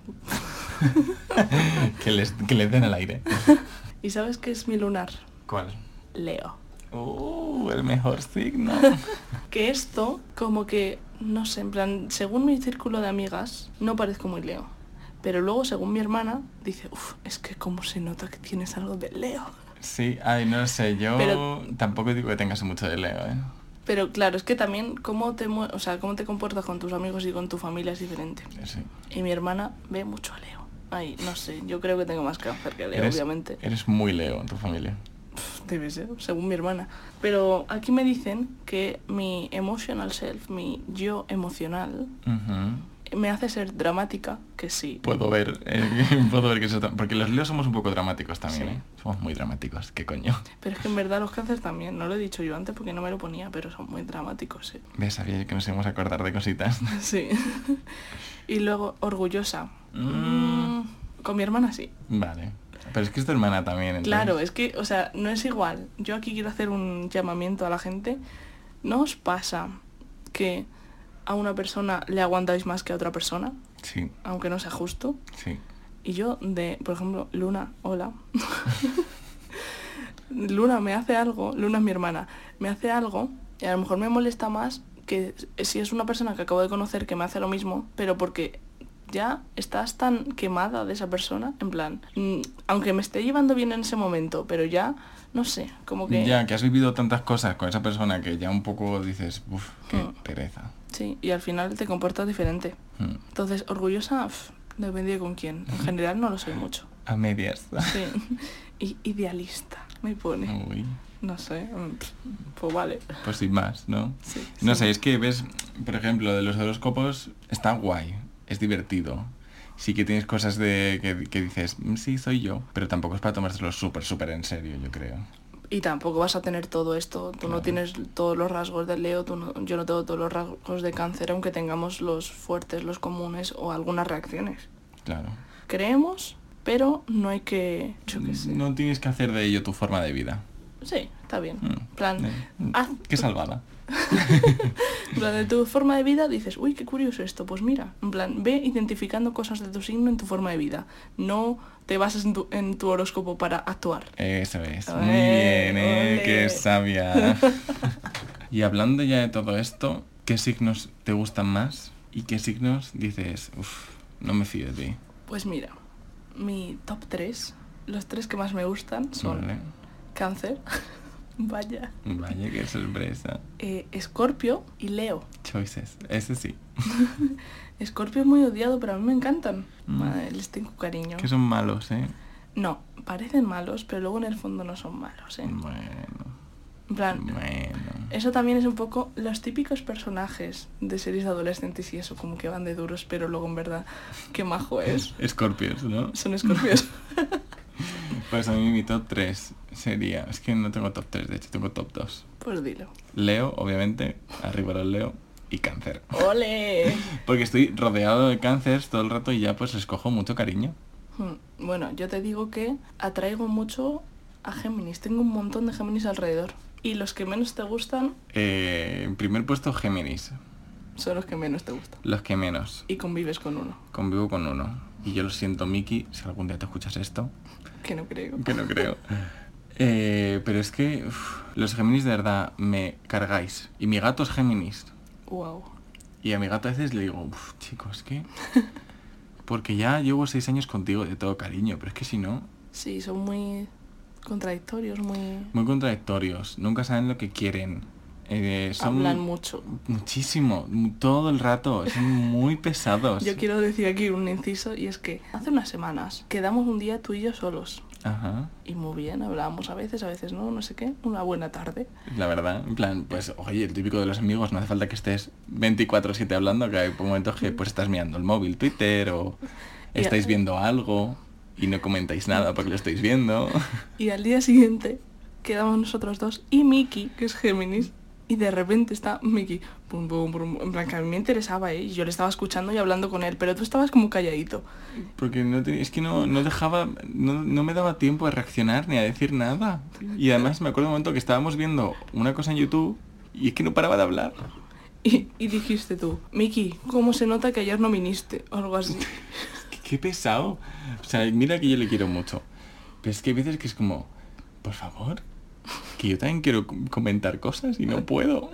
que, les, que les den el aire. ¿Y sabes qué es mi lunar? ¿Cuál? Leo. Uh, el mejor signo. Que esto, como que, no sé, en plan, según mi círculo de amigas, no parezco muy Leo. Pero luego, según mi hermana, dice, uff, es que como se nota que tienes algo de Leo. Sí, ay, no lo sé, yo Pero- tampoco digo que tengas mucho de Leo, ¿eh? Pero claro, es que también cómo te, mue- o sea, cómo te comportas con tus amigos y con tu familia es diferente. Sí. Y mi hermana ve mucho a Leo. Ay, no sé, yo creo que tengo más cáncer que Leo, Eres, obviamente. eres muy Leo en tu familia. Pff, Debe ser, según mi hermana. Pero aquí me dicen que mi emotional self, mi yo emocional, Ujú. me hace ser dramática, que sí. Puedo ver, eh, puedo ver que eso... Porque los Leos somos un poco dramáticos también, Sí. ¿eh? Somos muy dramáticos, ¿qué coño? Pero es que en verdad los cánceres también, no lo he dicho yo antes porque no me lo ponía, pero son muy dramáticos, sí. ¿Ves? Sabía yo que nos íbamos a acordar de cositas. Sí. Y luego, orgullosa. Mm. Mm, con mi hermana sí. Vale. Pero es que es tu hermana también, entonces... Claro, es que, o sea, no es igual. Yo aquí quiero hacer un llamamiento a la gente. ¿No os pasa que a una persona le aguantáis más que a otra persona? Sí, Aunque no sea justo. sí. Y yo, de, por ejemplo, Luna, hola. Luna me hace algo, Luna es mi hermana, me hace algo y a lo mejor me molesta más que si es una persona que acabo de conocer que me hace lo mismo, pero porque ya estás tan quemada de esa persona, en plan, mm, aunque me esté llevando bien en ese momento, pero ya, no sé, como que... Ya, que has vivido tantas cosas con esa persona que ya un poco dices, uff, qué Hmm. pereza. Sí, y al final te comportas diferente. Hmm. Entonces, orgullosa, pf, depende con quién. En general no lo soy mucho. A medias. Sí. Y idealista, me pone. Uy, No sé, mm, pf, pues vale. pues sin más, ¿no? Sí, No sí. sé, es que ves, por ejemplo, de los horóscopos está guay, es divertido. Sí que tienes cosas de que, que dices, "Mm, sí, soy yo", pero tampoco es para tomárselo súper, súper en serio, yo creo. Y tampoco vas a tener todo esto. Tú Claro. no tienes todos los rasgos de Leo, tú no- yo no tengo todos los rasgos de Cáncer, aunque tengamos los fuertes, los comunes o algunas reacciones. Claro. Creemos, pero no hay que... Yo qué sé. No tienes que hacer de ello tu forma de vida. Sí, está bien. Mm. En plan, Eh, haz- Qué salvada. en plan, de tu forma de vida dices, uy, qué curioso esto. Pues mira, en plan, ve identificando cosas de tu signo en tu forma de vida. No te bases en tu, en tu horóscopo para actuar. Eso es. Muy Ole, bien, ¿eh? ole. Qué sabia. Y hablando ya de todo esto, ¿qué signos te gustan más? ¿Y qué signos dices, uff, no me fío de ti? Pues mira, mi top tres, los tres que más me gustan son Vale. Cáncer, vaya, Vaya, qué sorpresa. eh, Escorpio y Leo. Choices. Ese sí. Escorpio es muy odiado, pero a mí me encantan. Mm. Madre, les tengo cariño. Que son malos, ¿eh? No, parecen malos, pero luego en el fondo no son malos, ¿eh? Bueno. En plan, Bueno. eso también es un poco los típicos personajes de series adolescentes y eso, como que van de duros, pero luego en verdad, qué majo es. Scorpios, ¿no? Son escorpios. Pues a mí mi top tres sería... Es que no tengo top tres, de hecho tengo top dos. Pues dilo. Leo, obviamente, arriba los Leo, y Cáncer. ¡Ole! Porque estoy rodeado de cánceres todo el rato y ya pues les cojo mucho cariño. Hmm, Bueno, yo te digo que atraigo mucho a Géminis. Tengo un montón de Géminis alrededor. Y los que menos te gustan Eh, en primer puesto Géminis, son los que menos te gustan. los que menos. Y convives con uno. Convivo con uno. Y yo lo siento, Miki, si algún día te escuchas esto, Que no creo. que no creo. Eh, pero es que uf, los Géminis de verdad me cargáis. Y mi gato es Géminis. Wow. Y a mi gato a veces le digo, "Uf, chicos, ¿qué? Porque ya llevo seis años contigo de todo cariño, pero es que si no, Sí, son muy contradictorios, muy... muy contradictorios, nunca saben lo que quieren. Eh, son Hablan mucho. muchísimo, todo el rato, son muy pesados. Yo quiero decir aquí un inciso y es que hace unas semanas quedamos un día tú y yo solos. Ajá, Y muy bien, hablábamos a veces, a veces no, no sé qué. Una buena tarde. la verdad, en plan, pues, oye, el típico de los amigos, no hace falta que estés veinticuatro siete hablando, que hay momentos que pues estás mirando el móvil, Twitter, o Y a- estáis viendo algo y no comentáis nada porque lo estáis viendo. Y al día siguiente quedamos nosotros dos y Miki, que es Géminis, y de repente está Miki, pum, pum, pum, en plan que a mí me interesaba, ¿eh? Y yo le estaba escuchando y hablando con él, pero tú estabas como calladito. Porque no te- es que no, no dejaba, no, no me daba tiempo a reaccionar ni a decir nada. Y además me acuerdo un momento que estábamos viendo una cosa en YouTube y es que no paraba de hablar. Y, y dijiste tú, Miki, ¿cómo se nota que ayer no viniste? O algo así. Qué, qué pesado. O sea, mira que yo le quiero mucho. Pero es que hay veces que es como, por favor, que yo también quiero com- comentar cosas y no puedo.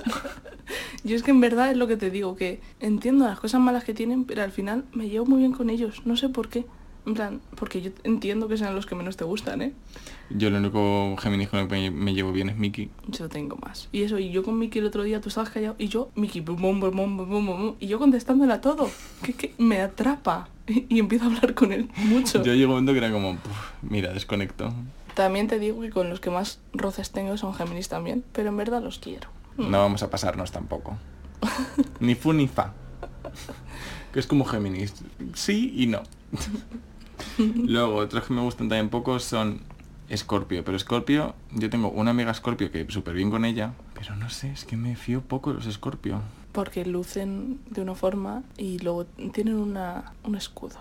Yo es que en verdad es lo que te digo, que entiendo las cosas malas que tienen, pero al final me llevo muy bien con ellos, no sé por qué. En plan, porque yo entiendo que sean los que menos te gustan, ¿eh? Yo lo único Géminis con el que me, me llevo bien es Miki. Yo tengo más. Y eso, y yo con Miki el otro día, tú estabas callado, y yo, Miki, bum, bum, bum, bum, bum, bum, bum, y yo contestándole a todo, que, que me atrapa, y, y empiezo a hablar con él mucho. Yo llegó un momento que era como, "Puf, mira, desconecto". También te digo que con los que más roces tengo son Géminis también, pero en verdad los quiero. No vamos a pasarnos tampoco. Ni fu ni fa. Que es como Géminis. Sí y no. Luego, otros que me gustan también poco son Escorpio. Pero Escorpio, yo tengo una amiga Escorpio que súper bien con ella. Pero no sé, es que me fío poco de los Escorpio. Porque lucen de una forma y luego tienen una, un escudo.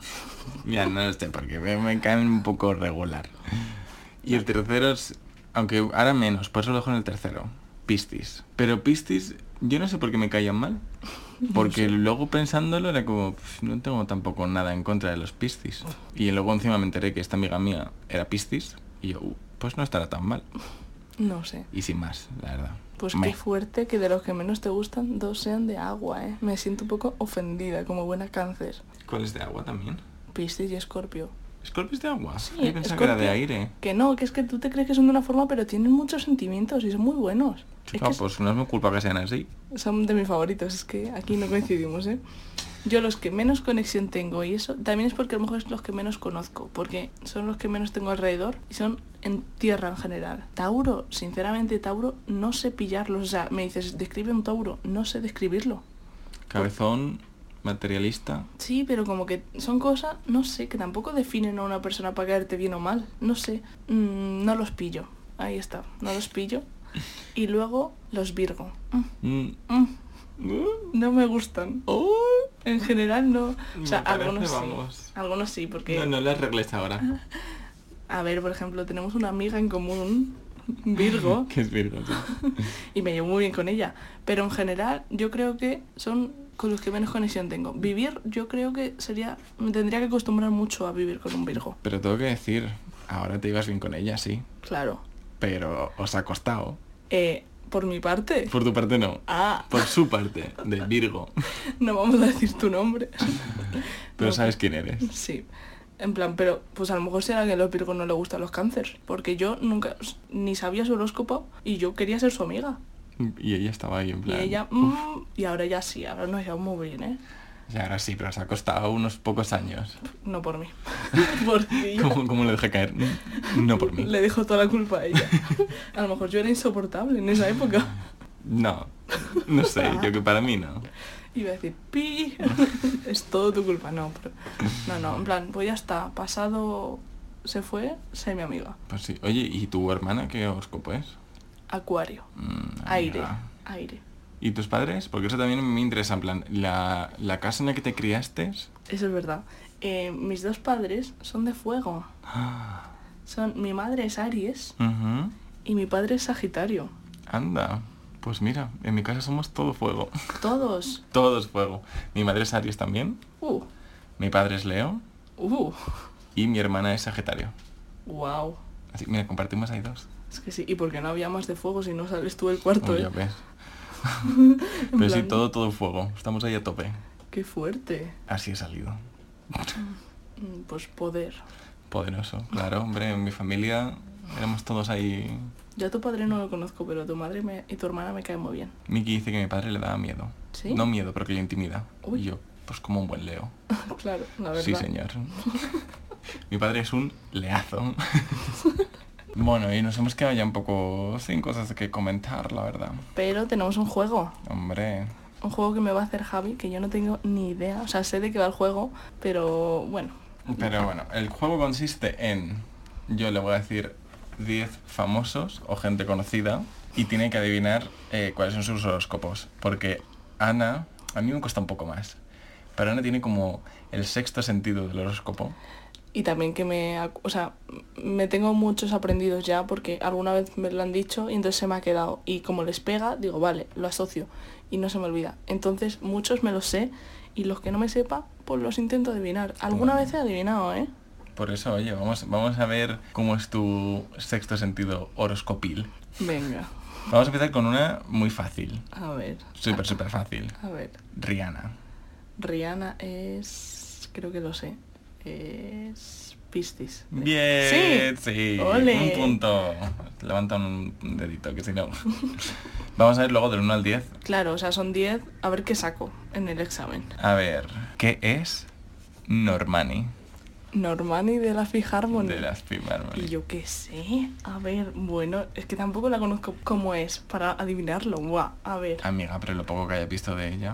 Ya, no lo sé, porque me, me caen un poco regular. Y el tercero es, aunque ahora menos, por eso lo dejo en el tercero, Piscis. Pero Piscis, yo no sé por qué me caían mal. Porque luego pensándolo era como, "Pf, no tengo tampoco nada en contra de los Piscis". Y luego encima me enteré que esta amiga mía era Piscis. Y yo, "Uh, pues no estará tan mal". No sé. Y sin más, la verdad. Pues Me. qué fuerte que de los que menos te gustan, dos sean de agua, ¿eh? Me siento un poco ofendida, como buena Cáncer. ¿Cuál es de agua también? Piscis y Escorpio. ¿Escorpio es de agua? Sí, Yo pensaba que era de Escorpio. aire. Que no, que es que tú te crees que son de una forma, pero tienen muchos sentimientos y son muy buenos. Es No, que pues no es mi culpa que sean así. son de mis favoritos, es que aquí no coincidimos, ¿eh? Yo los que menos conexión tengo, y eso también es porque a lo mejor es los que menos conozco, porque son los que menos tengo alrededor y son en tierra en general. Tauro, sinceramente, Tauro, no sé pillarlos. O sea, me dices, describe un Tauro, no sé describirlo. Cabezón, materialista. Sí, pero como que son cosas, no sé, que tampoco definen a una persona para caerte bien o mal. No sé, mm, no los pillo. Ahí está, no los pillo. Y luego los Virgo. Mm, Mm. mm, Uh. no me gustan. Oh. En general no. O sea, Me parece, algunos vamos. sí. Algunos sí, porque... No, no las regles ahora. A ver, por ejemplo, tenemos una amiga en común, Virgo, Que es Virgo, sí. y me llevo muy bien con ella. Pero en general, yo creo que son con los que menos conexión tengo. Vivir, yo creo que sería... Me tendría que acostumbrar mucho a vivir con un Virgo. Pero tengo que decir, ahora te ibas bien con ella, sí. Claro. Pero os ha costado. Eh, por mi parte... Por tu parte no. Ah, Por su parte, de Virgo. no vamos a decir tu nombre. Pero No. sabes quién eres. Sí. En plan, pero pues a lo mejor será que a los Virgos no le gustan los cánceres. Porque yo nunca, ni sabía su horóscopo y yo quería ser su amiga. Y ella estaba ahí en Y plan... ella, "Uf". mm, y ahora ya sí, ahora nos llevamos muy bien, ¿eh? Y ahora sí, pero os ha costado unos pocos años. No por mí. Por ti. ¿Cómo, cómo le dejé caer? No por mí. Le dejo toda la culpa a ella. A lo mejor yo era insoportable en esa época. No, no sé, yo que para mí no. Iba a decir, pi, es todo tu culpa. No, pero... No, no, en plan, pues ya está, pasado, se fue, sé mi amiga. Pues sí. Oye, ¿y tu hermana qué horóscopo es? Acuario. Mm, Aire, amiga. aire. ¿Y tus padres? Porque eso también me interesa, en plan, la, la casa en la que te criaste... Eso es verdad. Eh, mis dos padres son de fuego. Ah, Son, mi madre es Aries ujú. y mi padre es Sagitario. Anda, pues mira, en mi casa somos todo fuego. Todos. Todo es fuego. Mi madre es Aries también, Uh, mi padre es Leo uh, y mi hermana es Sagitario. wow. Así, mira, compartimos ahí dos. Es que sí, ¿y por qué no había más de fuego si no sales tú del cuarto, Oh, eh? ya ves. En Pero sí, plan, todo, todo fuego. Estamos ahí a tope. Qué fuerte. Así he salido. Mm, Pues poder. Poderoso, claro, hombre, en mi familia éramos todos ahí. Yo a tu padre no lo conozco, pero tu madre me- y tu hermana me caen muy bien. Miki dice que a mi padre le daba miedo. ¿Sí? No miedo, pero que le intimida. Uy. Y yo, pues como un buen Leo. Claro, la verdad. Sí, señor. Mi padre es un leazo. Bueno, y nos hemos quedado ya un poco sin cosas que comentar, la verdad. Pero tenemos un juego. Hombre, Un juego que me va a hacer Javi, que yo no tengo ni idea. O sea, sé de qué va el juego, pero bueno. pero bueno, el juego consiste en... Yo le voy a decir diez famosos o gente conocida y tiene que adivinar eh, cuáles son sus horóscopos. Porque Ana, a mí me cuesta un poco más. Pero Ana tiene como el sexto sentido del horóscopo. Y también que me... ac- O sea, me tengo muchos aprendidos ya porque alguna vez me lo han dicho y entonces se me ha quedado. Y como les pega, digo, vale, lo asocio. Y no se me olvida. Entonces, muchos me los sé y los que no me sepa, pues los intento adivinar. Alguna Bueno. vez he adivinado, ¿eh? Por eso, oye, vamos, vamos a ver cómo es tu sexto sentido horoscopil. Venga, Vamos a empezar con una muy fácil. a ver. Súper, súper fácil. A ver. Rihanna. Rihanna es... Creo que lo sé. Es... Piscis. Bien, Sí. sí. Ole. Un punto. Levanta un dedito, que si no... Vamos a ver luego del uno al diez. Claro, o sea, son diez. A ver qué saco en el examen. A ver, ¿qué es Normani? Normani de la Fifth Harmony. De las Harmony. Y yo qué sé. A ver, bueno, es que tampoco la conozco cómo es para adivinarlo. Buah, a ver. Amiga, pero lo poco que haya visto de ella...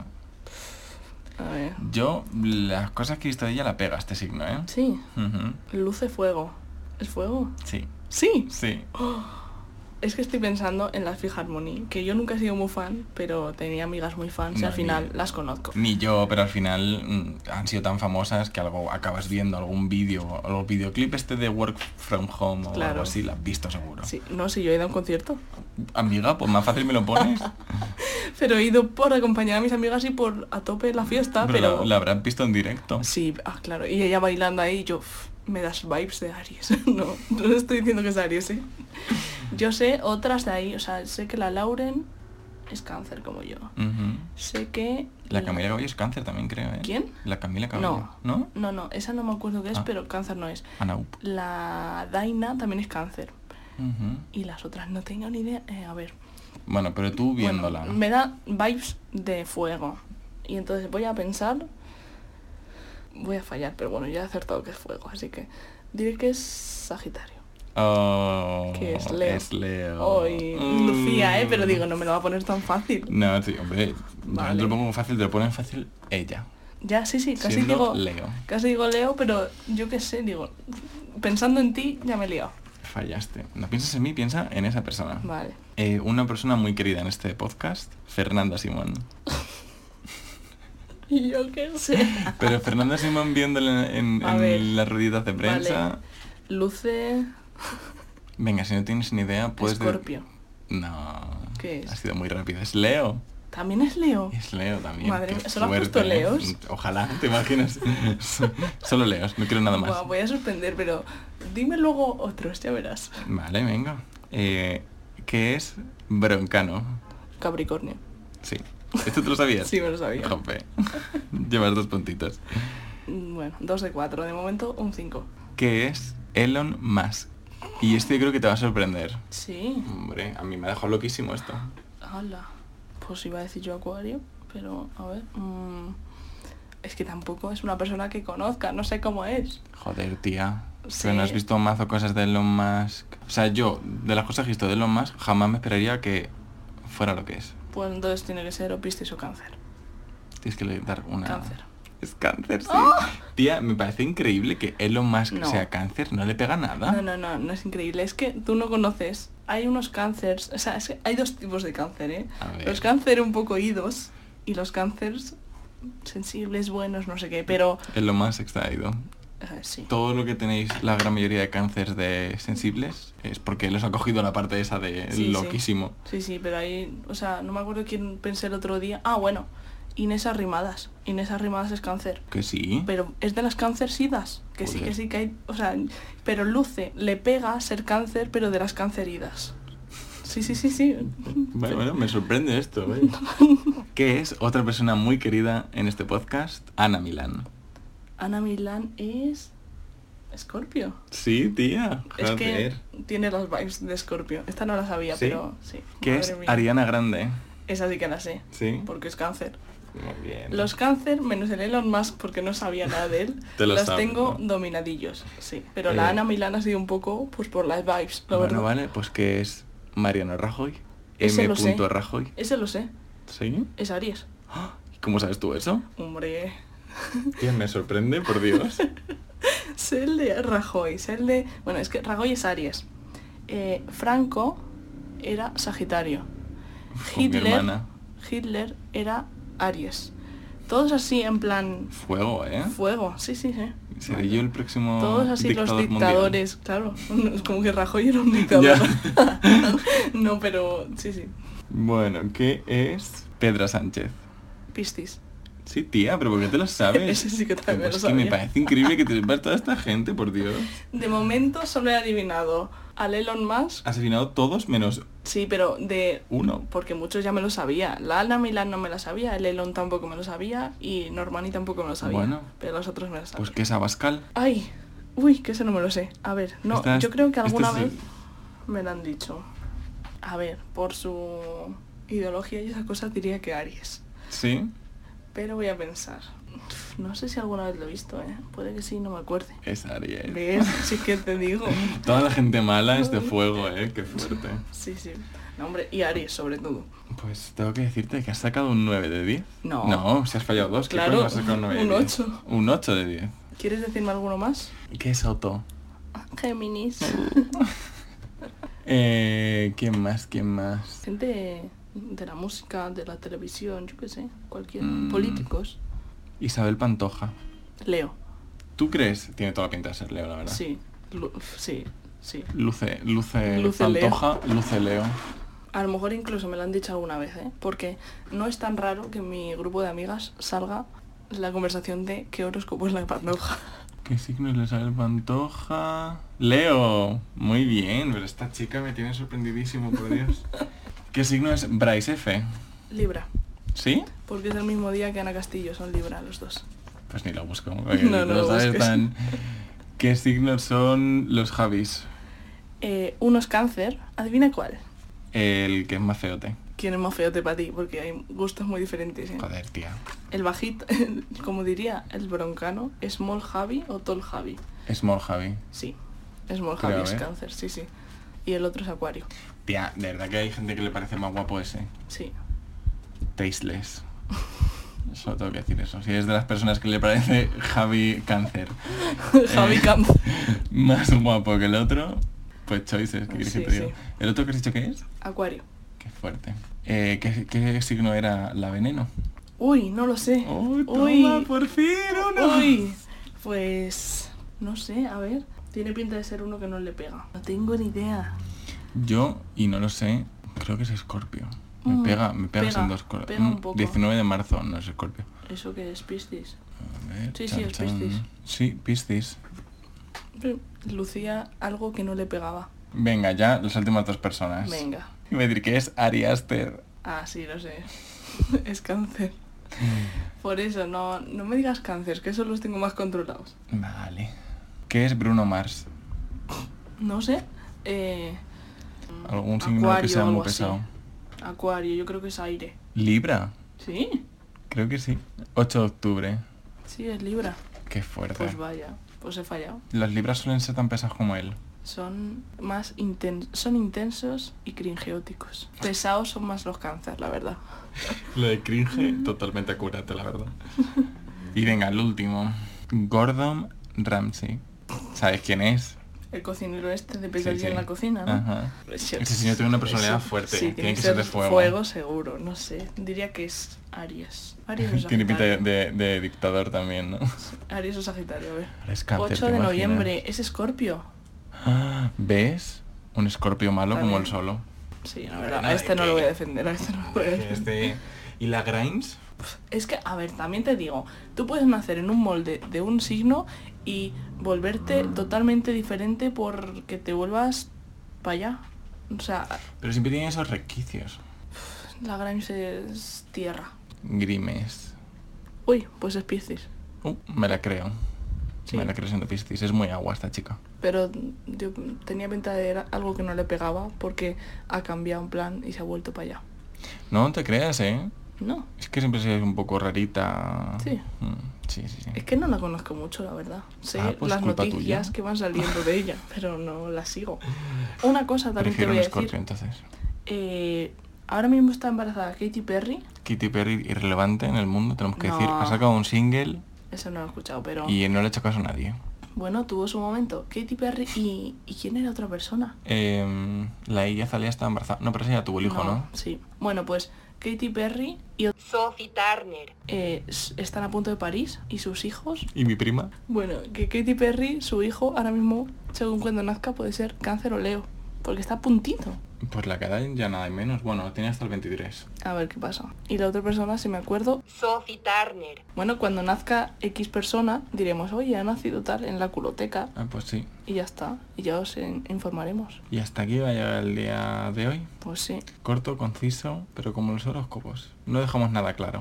A ver. Yo, las cosas que he visto de ella la pega este signo, ¿eh? Sí, Ujú. luce fuego. ¿Es fuego? Sí, Sí. sí. Es que estoy pensando en la Fifth Harmony, que yo nunca he sido muy fan, pero tenía amigas muy fans y No, al final ni- las conozco. Ni yo, pero al final mm, han sido tan famosas que algo acabas viendo, algún vídeo, o el videoclip este de Work From Home o Claro. algo así, lo has visto seguro. Sí, no sé, yo he ido a un concierto, Amiga, pues más fácil me lo pones. pero he ido por acompañar a mis amigas y por a tope la fiesta, pero pero... la, la habrás visto en directo. Sí, ah, claro, y ella bailando ahí, yo, uf, me das vibes de Aries. No, no estoy diciendo que es Aries, ¿eh? Yo sé otras de ahí, o sea, sé que la Lauren es cáncer como yo. Ujú. Sé que... La Camila Cabello es cáncer también, creo, ¿eh? ¿Quién? La Camila Cabello. No. ¿No? No, no, esa no me acuerdo qué es, Ah. pero cáncer no es. Anaup. La Daina también es cáncer. Ujú. Y las otras no tengo ni idea. Eh, a ver. Bueno, pero tú viéndola. Bueno, me da vibes de fuego. Y entonces voy a pensar... Voy a fallar, pero bueno, ya he acertado que es fuego, así que diré que es Sagitario. Oh, Que es Leo. Es Leo. Hoy Mm. Lucía, ¿eh? Pero digo, no me lo va a poner tan fácil. No, sí, hombre. Vale. Yo te lo pongo fácil, te lo ponen fácil ella. Ya, sí, sí, casi Siendo digo... Leo. Casi digo Leo, pero yo qué sé, digo... Pensando en ti, ya me he liado. Fallaste. No pienses en mí, piensa en esa persona. Vale. Eh, una persona muy querida en este podcast, Fernanda Simón. Y yo qué sé. Pero Fernanda Simón viéndola en, A en ver. las rueditas de prensa... Vale. Luce... Venga, si no tienes ni idea, puedes... de- Escorpio. No. ¿Qué es? Ha sido muy rápido. Es Leo. ¿También es Leo? Es Leo también. Madre Qué mía, ¿solo has fuerte, puesto ¿eh? Leos? Ojalá, ¿te imaginas? Solo Leos, no quiero nada más. Buah, voy a suspender, pero dime luego otros, ya verás. Vale, venga. Eh, ¿Qué es broncano? Capricornio. Sí. ¿Esto te lo sabías? Sí, me lo sabía. Jope. Llevas dos puntitos. Mm, Bueno, dos de cuatro. De momento, un cinco. ¿Qué es Elon Musk? Y esto yo creo que te va a sorprender. Sí. Hombre, a mí me ha dejado loquísimo esto. Hala. Pues iba a decir yo Acuario, pero a ver. mm, Es que tampoco es una persona que conozca, no sé cómo es. Joder, tía. Sí. Pero no has visto mazo cosas de Elon Musk. O sea, yo, de las cosas que he visto de Elon Musk, jamás me esperaría que fuera lo que es. Pues entonces tiene que ser o Piscis o Cáncer. Tienes que dar una... Cáncer. Es cáncer, sí. ¡Oh! Tía, me parece increíble que Elon Musk No. sea cáncer, no le pega nada. No, no, no, no es increíble. Es que tú no conoces. Hay unos cánceres, o sea, es que hay dos tipos de cáncer, ¿eh? A ver. Los cáncer un poco idos y los cánceres sensibles, buenos, no sé qué, pero... Elon Musk está ido. eh, sí. Todo lo que tenéis, la gran mayoría de cánceres de sensibles, es porque los ha cogido la parte esa de Sí, sí. loquísimo. Sí, sí, pero ahí, o sea, no me acuerdo quién pensé el otro día. Ah, bueno, Inés Arrimadas. Inés Arrimadas es cáncer. Que sí. Pero es de las cáncersidas. Que sí, Joder. que sí, que hay... O sea, pero luce, le pega ser cáncer, pero de las canceridas. Sí, sí, sí, sí. Bueno, bueno, me sorprende esto, ¿eh? Que es otra persona muy querida en este podcast, Ana Milán. Ana Milán es... Escorpio. Sí, tía. Es que Joder. tiene las vibes de Escorpio. Esta no la sabía, ¿Sí? pero sí. Que Madre es mía. Ariana Grande. Esa sí que la sé. Sí. Porque es cáncer. Muy bien. Los cáncer, menos el Elon Musk, porque no sabía nada de él, Te lo los sabes, tengo ¿no? dominadillos, sí. Pero Eh. la Ana Milán ha sido un poco, pues por las vibes, la Bueno, verdad. vale, pues que es Mariano Rajoy. Ese M. lo sé. Rajoy. Ese lo sé, ¿Sí? es Aries. ¡Ah! ¿Cómo sabes tú eso? Hombre, Tía, me sorprende, por Dios. sé el de Rajoy, sé el de... Bueno, es que Rajoy es Aries. Eh, Franco era Sagitario. Con mi Hitler, hermana. Hitler era Aries. Todos así en plan Fuego, ¿eh? fuego, sí, sí, sí. Seré yo el próximo Todos así los dictador mundial. dictadores, claro. Es como que Rajoy era un dictador. Ya. No, pero sí, sí. Bueno, ¿qué es Pedro Sánchez? Piscis. Sí, tía, pero ¿por qué te lo sabes? Ese sí que también me Pues lo que me sabía. parece increíble que te sepas toda esta gente, por Dios. De momento solo he adivinado al Elon Musk. Has adivinado todos menos Sí, pero de... uno. Porque muchos ya me lo sabía. La Ana Milán no me la sabía, el Elon tampoco me lo sabía y Normani tampoco me lo sabía. Bueno. Pero los otros me lo sabían. Pues que es Abascal. Ay, uy, que ese no me lo sé. A ver, no, Estás- yo creo que alguna este es vez me lo han dicho. A ver, por su ideología y esas cosas diría que Aries. Sí. Pero voy a pensar. Uf, no sé si alguna vez lo he visto, ¿eh? Puede que sí, no me acuerde. Es Aries. ¿Ves? Sí que te digo. Toda la gente mala es de fuego, ¿eh? Qué fuerte. Sí, sí. No, hombre, y Aries sobre todo. Pues tengo que decirte que has sacado un nueve de diez. No. No, si has fallado dos. ¿Qué Claro, coño has sacado un nueve de un diez? ocho. Un ocho de diez. ¿Quieres decirme alguno más? ¿Qué es Otto? Géminis. Eh, ¿Quién más? ¿Quién más? Gente de la música, de la televisión, yo qué sé, cualquier... Mm. Políticos. Isabel Pantoja. Leo. ¿Tú crees? Tiene toda la pinta de ser Leo, la verdad. Sí. Lu- sí, sí. Luce, luce, Luce Pantoja, luce Leo. A lo mejor incluso me lo han dicho alguna vez, ¿eh? Porque no es tan raro que en mi grupo de amigas salga la conversación de qué horóscopo es la Pantoja. ¿Qué signo es Isabel Pantoja? Leo. Muy bien, pero esta chica me tiene sorprendidísimo, por Dios. ¿Qué signo es Bryce F? Libra. ¿Sí? Porque es el mismo día que Ana Castillo, son Libra los dos. Pues ni lo busco. No, porque no lo lo sabes busques. tan- ¿Qué signos son los Javis? Eh, uno es Cáncer. Adivina cuál. El que es más feote. ¿Quién es más feote para ti? Porque hay gustos muy diferentes, ¿eh? Joder, tía. El bajito, como diría el broncano, Small Javi o Tall Javi. Small Javi. Sí, Small Creo, Javi es ¿eh? Cáncer, sí, sí. Y el otro es Acuario. Tía, de verdad que hay gente que le parece más guapo ese. Sí. Tasteless. Solo tengo que decir eso. Si es de las personas que le parece Javi Cáncer Javi eh, Cáncer. más guapo que el otro, pues choices, ¿qué quieres Sí, que te diga? sí. ¿El otro que has dicho qué es? Acuario. Qué fuerte. Eh, ¿qué, ¿Qué signo era la veneno? Uy, no lo sé. ¡Oh, toma, Uy. por fin uno! Uy. Pues... No sé, a ver. Tiene pinta de ser uno que no le pega. No tengo ni idea. Yo, y no lo sé, creo que es Escorpio. Me Mm, pega, me pega pega, siendo Escorpio. pega un poco. diecinueve de marzo, no es Escorpio. ¿Eso qué es? Piscis. A ver, Sí, sí, chan, es chan. Piscis. Sí, Piscis. Lucía algo que no le pegaba. Venga, ya las últimas dos personas. Venga. Iba a decir que es Ari Aster. Ah, sí, lo sé. Es Cáncer. Por eso, no, no me digas Cáncer, que esos los tengo más controlados. Vale. ¿Qué es Bruno Mars? No sé. Eh, Algún signo que Acuario sea o muy algo así. pesado. Acuario, yo creo que es aire. Libra. ¿Sí? Creo que sí. ocho de octubre. Sí, es Libra. Qué fuerte. Pues vaya, pues he fallado. Los libras suelen ser tan pesados como él. Son más inten son intensos y cringeóticos. Pesados son más los cáncer, la verdad. Lo de cringe, totalmente acurate, la verdad. Y venga, el último. Gordon Ramsay. ¿Sabes quién es? El cocinero este de pesadilla Sí, sí. en la cocina, ¿no? Ajá. Ese Ese señor tiene una personalidad fuerte. Sí, tiene que ser de fuego. seguro, no sé. Diría que es Aries. Aries o Tiene pinta de, Sagitario. de, de dictador también, ¿no? Aries o Sagitario, a ver. Es cáncer, ocho ¿te de imaginas? noviembre, es Escorpio. Ah, ¿ves? Un escorpio malo También. como el solo. Sí, la verdad, a este no lo voy a defender, a este no lo voy a defender. Este... ¿Y la Grimes? Es que, a ver, también te digo, tú puedes nacer en un molde de un signo y volverte totalmente diferente porque te vuelvas para allá. O sea, Pero siempre tiene esos requicios. la Grimes es tierra. Grimes. Uy, pues es Piscis. Uh, me la creo. Sí. Me la creo siendo Piscis. Es muy agua esta chica. Pero yo tenía pinta de era algo que no le pegaba porque ha cambiado en plan y se ha vuelto para allá. No te creas, ¿eh? No, Es que siempre es un poco rarita. Sí. Mm, sí, sí, sí. es que no la conozco mucho, la verdad. Sé Ah, pues las culpa noticias tuya. que van saliendo de ella, pero no la sigo. Una cosa también te Prefiero voy un a decir. escorpio, entonces. Eh, ahora mismo está embarazada Katy Perry. Katy Perry, irrelevante en el mundo, tenemos que No. decir. Ha sacado un single Eso no lo he escuchado, pero... y no le ha hecho caso a nadie. Bueno, tuvo su momento. Katy Perry y... ¿Y quién era otra persona? Eh, la ella Azalea está embarazada. No, pero ella ya tuvo el hijo, ¿no? Sí. Bueno, pues Katy Perry y... Sophie Turner. eh, s- están a punto de París y sus hijos... ¿Y mi prima? Bueno, que Katy Perry, su hijo, ahora mismo, según cuando nazca, puede ser cáncer o Leo. Porque está a puntito. Pues la queda ya nada y menos. Bueno, tiene hasta el veintitrés. A ver qué pasa. Y la otra persona, si me acuerdo... Sophie Turner. Bueno, cuando nazca X persona, diremos, oye, ha nacido tal en la culoteca. Ah, pues sí. Y ya está. Y ya os in- informaremos. Y hasta aquí va a llegar el día de hoy. Pues sí. Corto, conciso, pero como los horóscopos. No dejamos nada claro.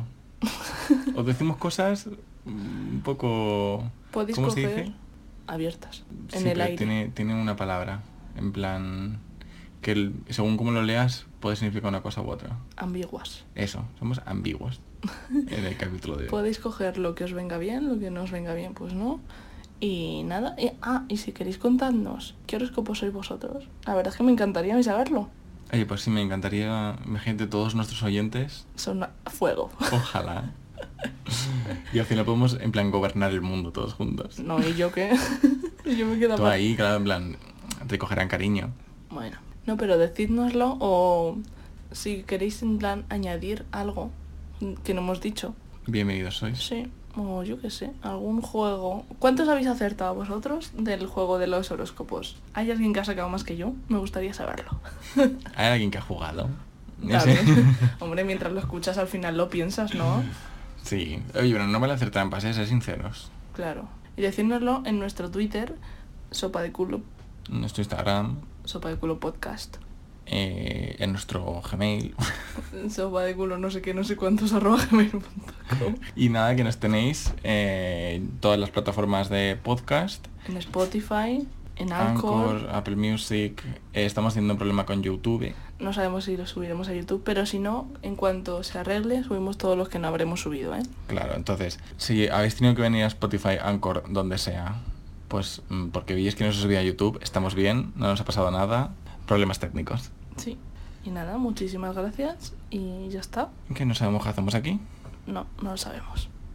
Os decimos cosas mm, un poco... Podéis ¿Cómo se coger dice? abiertas. En Sí, el pero aire. Tiene, tiene una palabra. En plan... Que el- según como lo leas, puede significar una cosa u otra. Ambiguas. Eso, somos ambiguos. En el capítulo de hoy. Podéis coger lo que os venga bien, lo que no os venga bien, pues no. Y nada. Y- ah, y si queréis contadnos qué horóscopo sois vosotros. La verdad es que me encantaría a mí saberlo. Oye, pues sí, me encantaría, imagínate todos nuestros oyentes. Son a fuego. Ojalá. Y al final podemos, en plan, gobernar el mundo todos juntos. No, ¿y yo qué? Yo me quedo Tú más- ahí, claro, en plan, te cogerán cariño. Bueno, no, pero decídnoslo o si queréis en plan añadir algo que no hemos dicho. Bienvenidos sois. Sí, o yo qué sé, algún juego. ¿Cuántos habéis acertado vosotros del juego de los horóscopos? ¿Hay alguien que ha sacado más que yo? Me gustaría saberlo. ¿Hay alguien que ha jugado? También. Hombre, mientras lo escuchas al final lo piensas, ¿no? Sí. Oye, pero no vale hacer trampas, ¿eh? Ser sinceros. Claro. Y decírnoslo en nuestro Twitter, sopa de culo, Nuestro Instagram, sopa de culo podcast. eh, en nuestro Gmail. Sopa de culo no sé qué, no sé cuántos arroba gmail punto com. Y nada, que nos tenéis eh, en todas las plataformas de podcast. En Spotify, en Anchor. Anchor, Apple Music. eh, estamos teniendo un problema con YouTube. No sabemos si lo subiremos a YouTube, pero si no, en cuanto se arregle, subimos todos los que no habremos subido, ¿eh? Claro, entonces, si habéis tenido que venir a Spotify, Anchor, donde sea, pues mm, porque veis que no se subía a YouTube, estamos bien, no nos ha pasado nada, problemas técnicos. Sí. Y nada, muchísimas gracias y ya está. Que no sabemos qué hacemos aquí. No, no lo sabemos.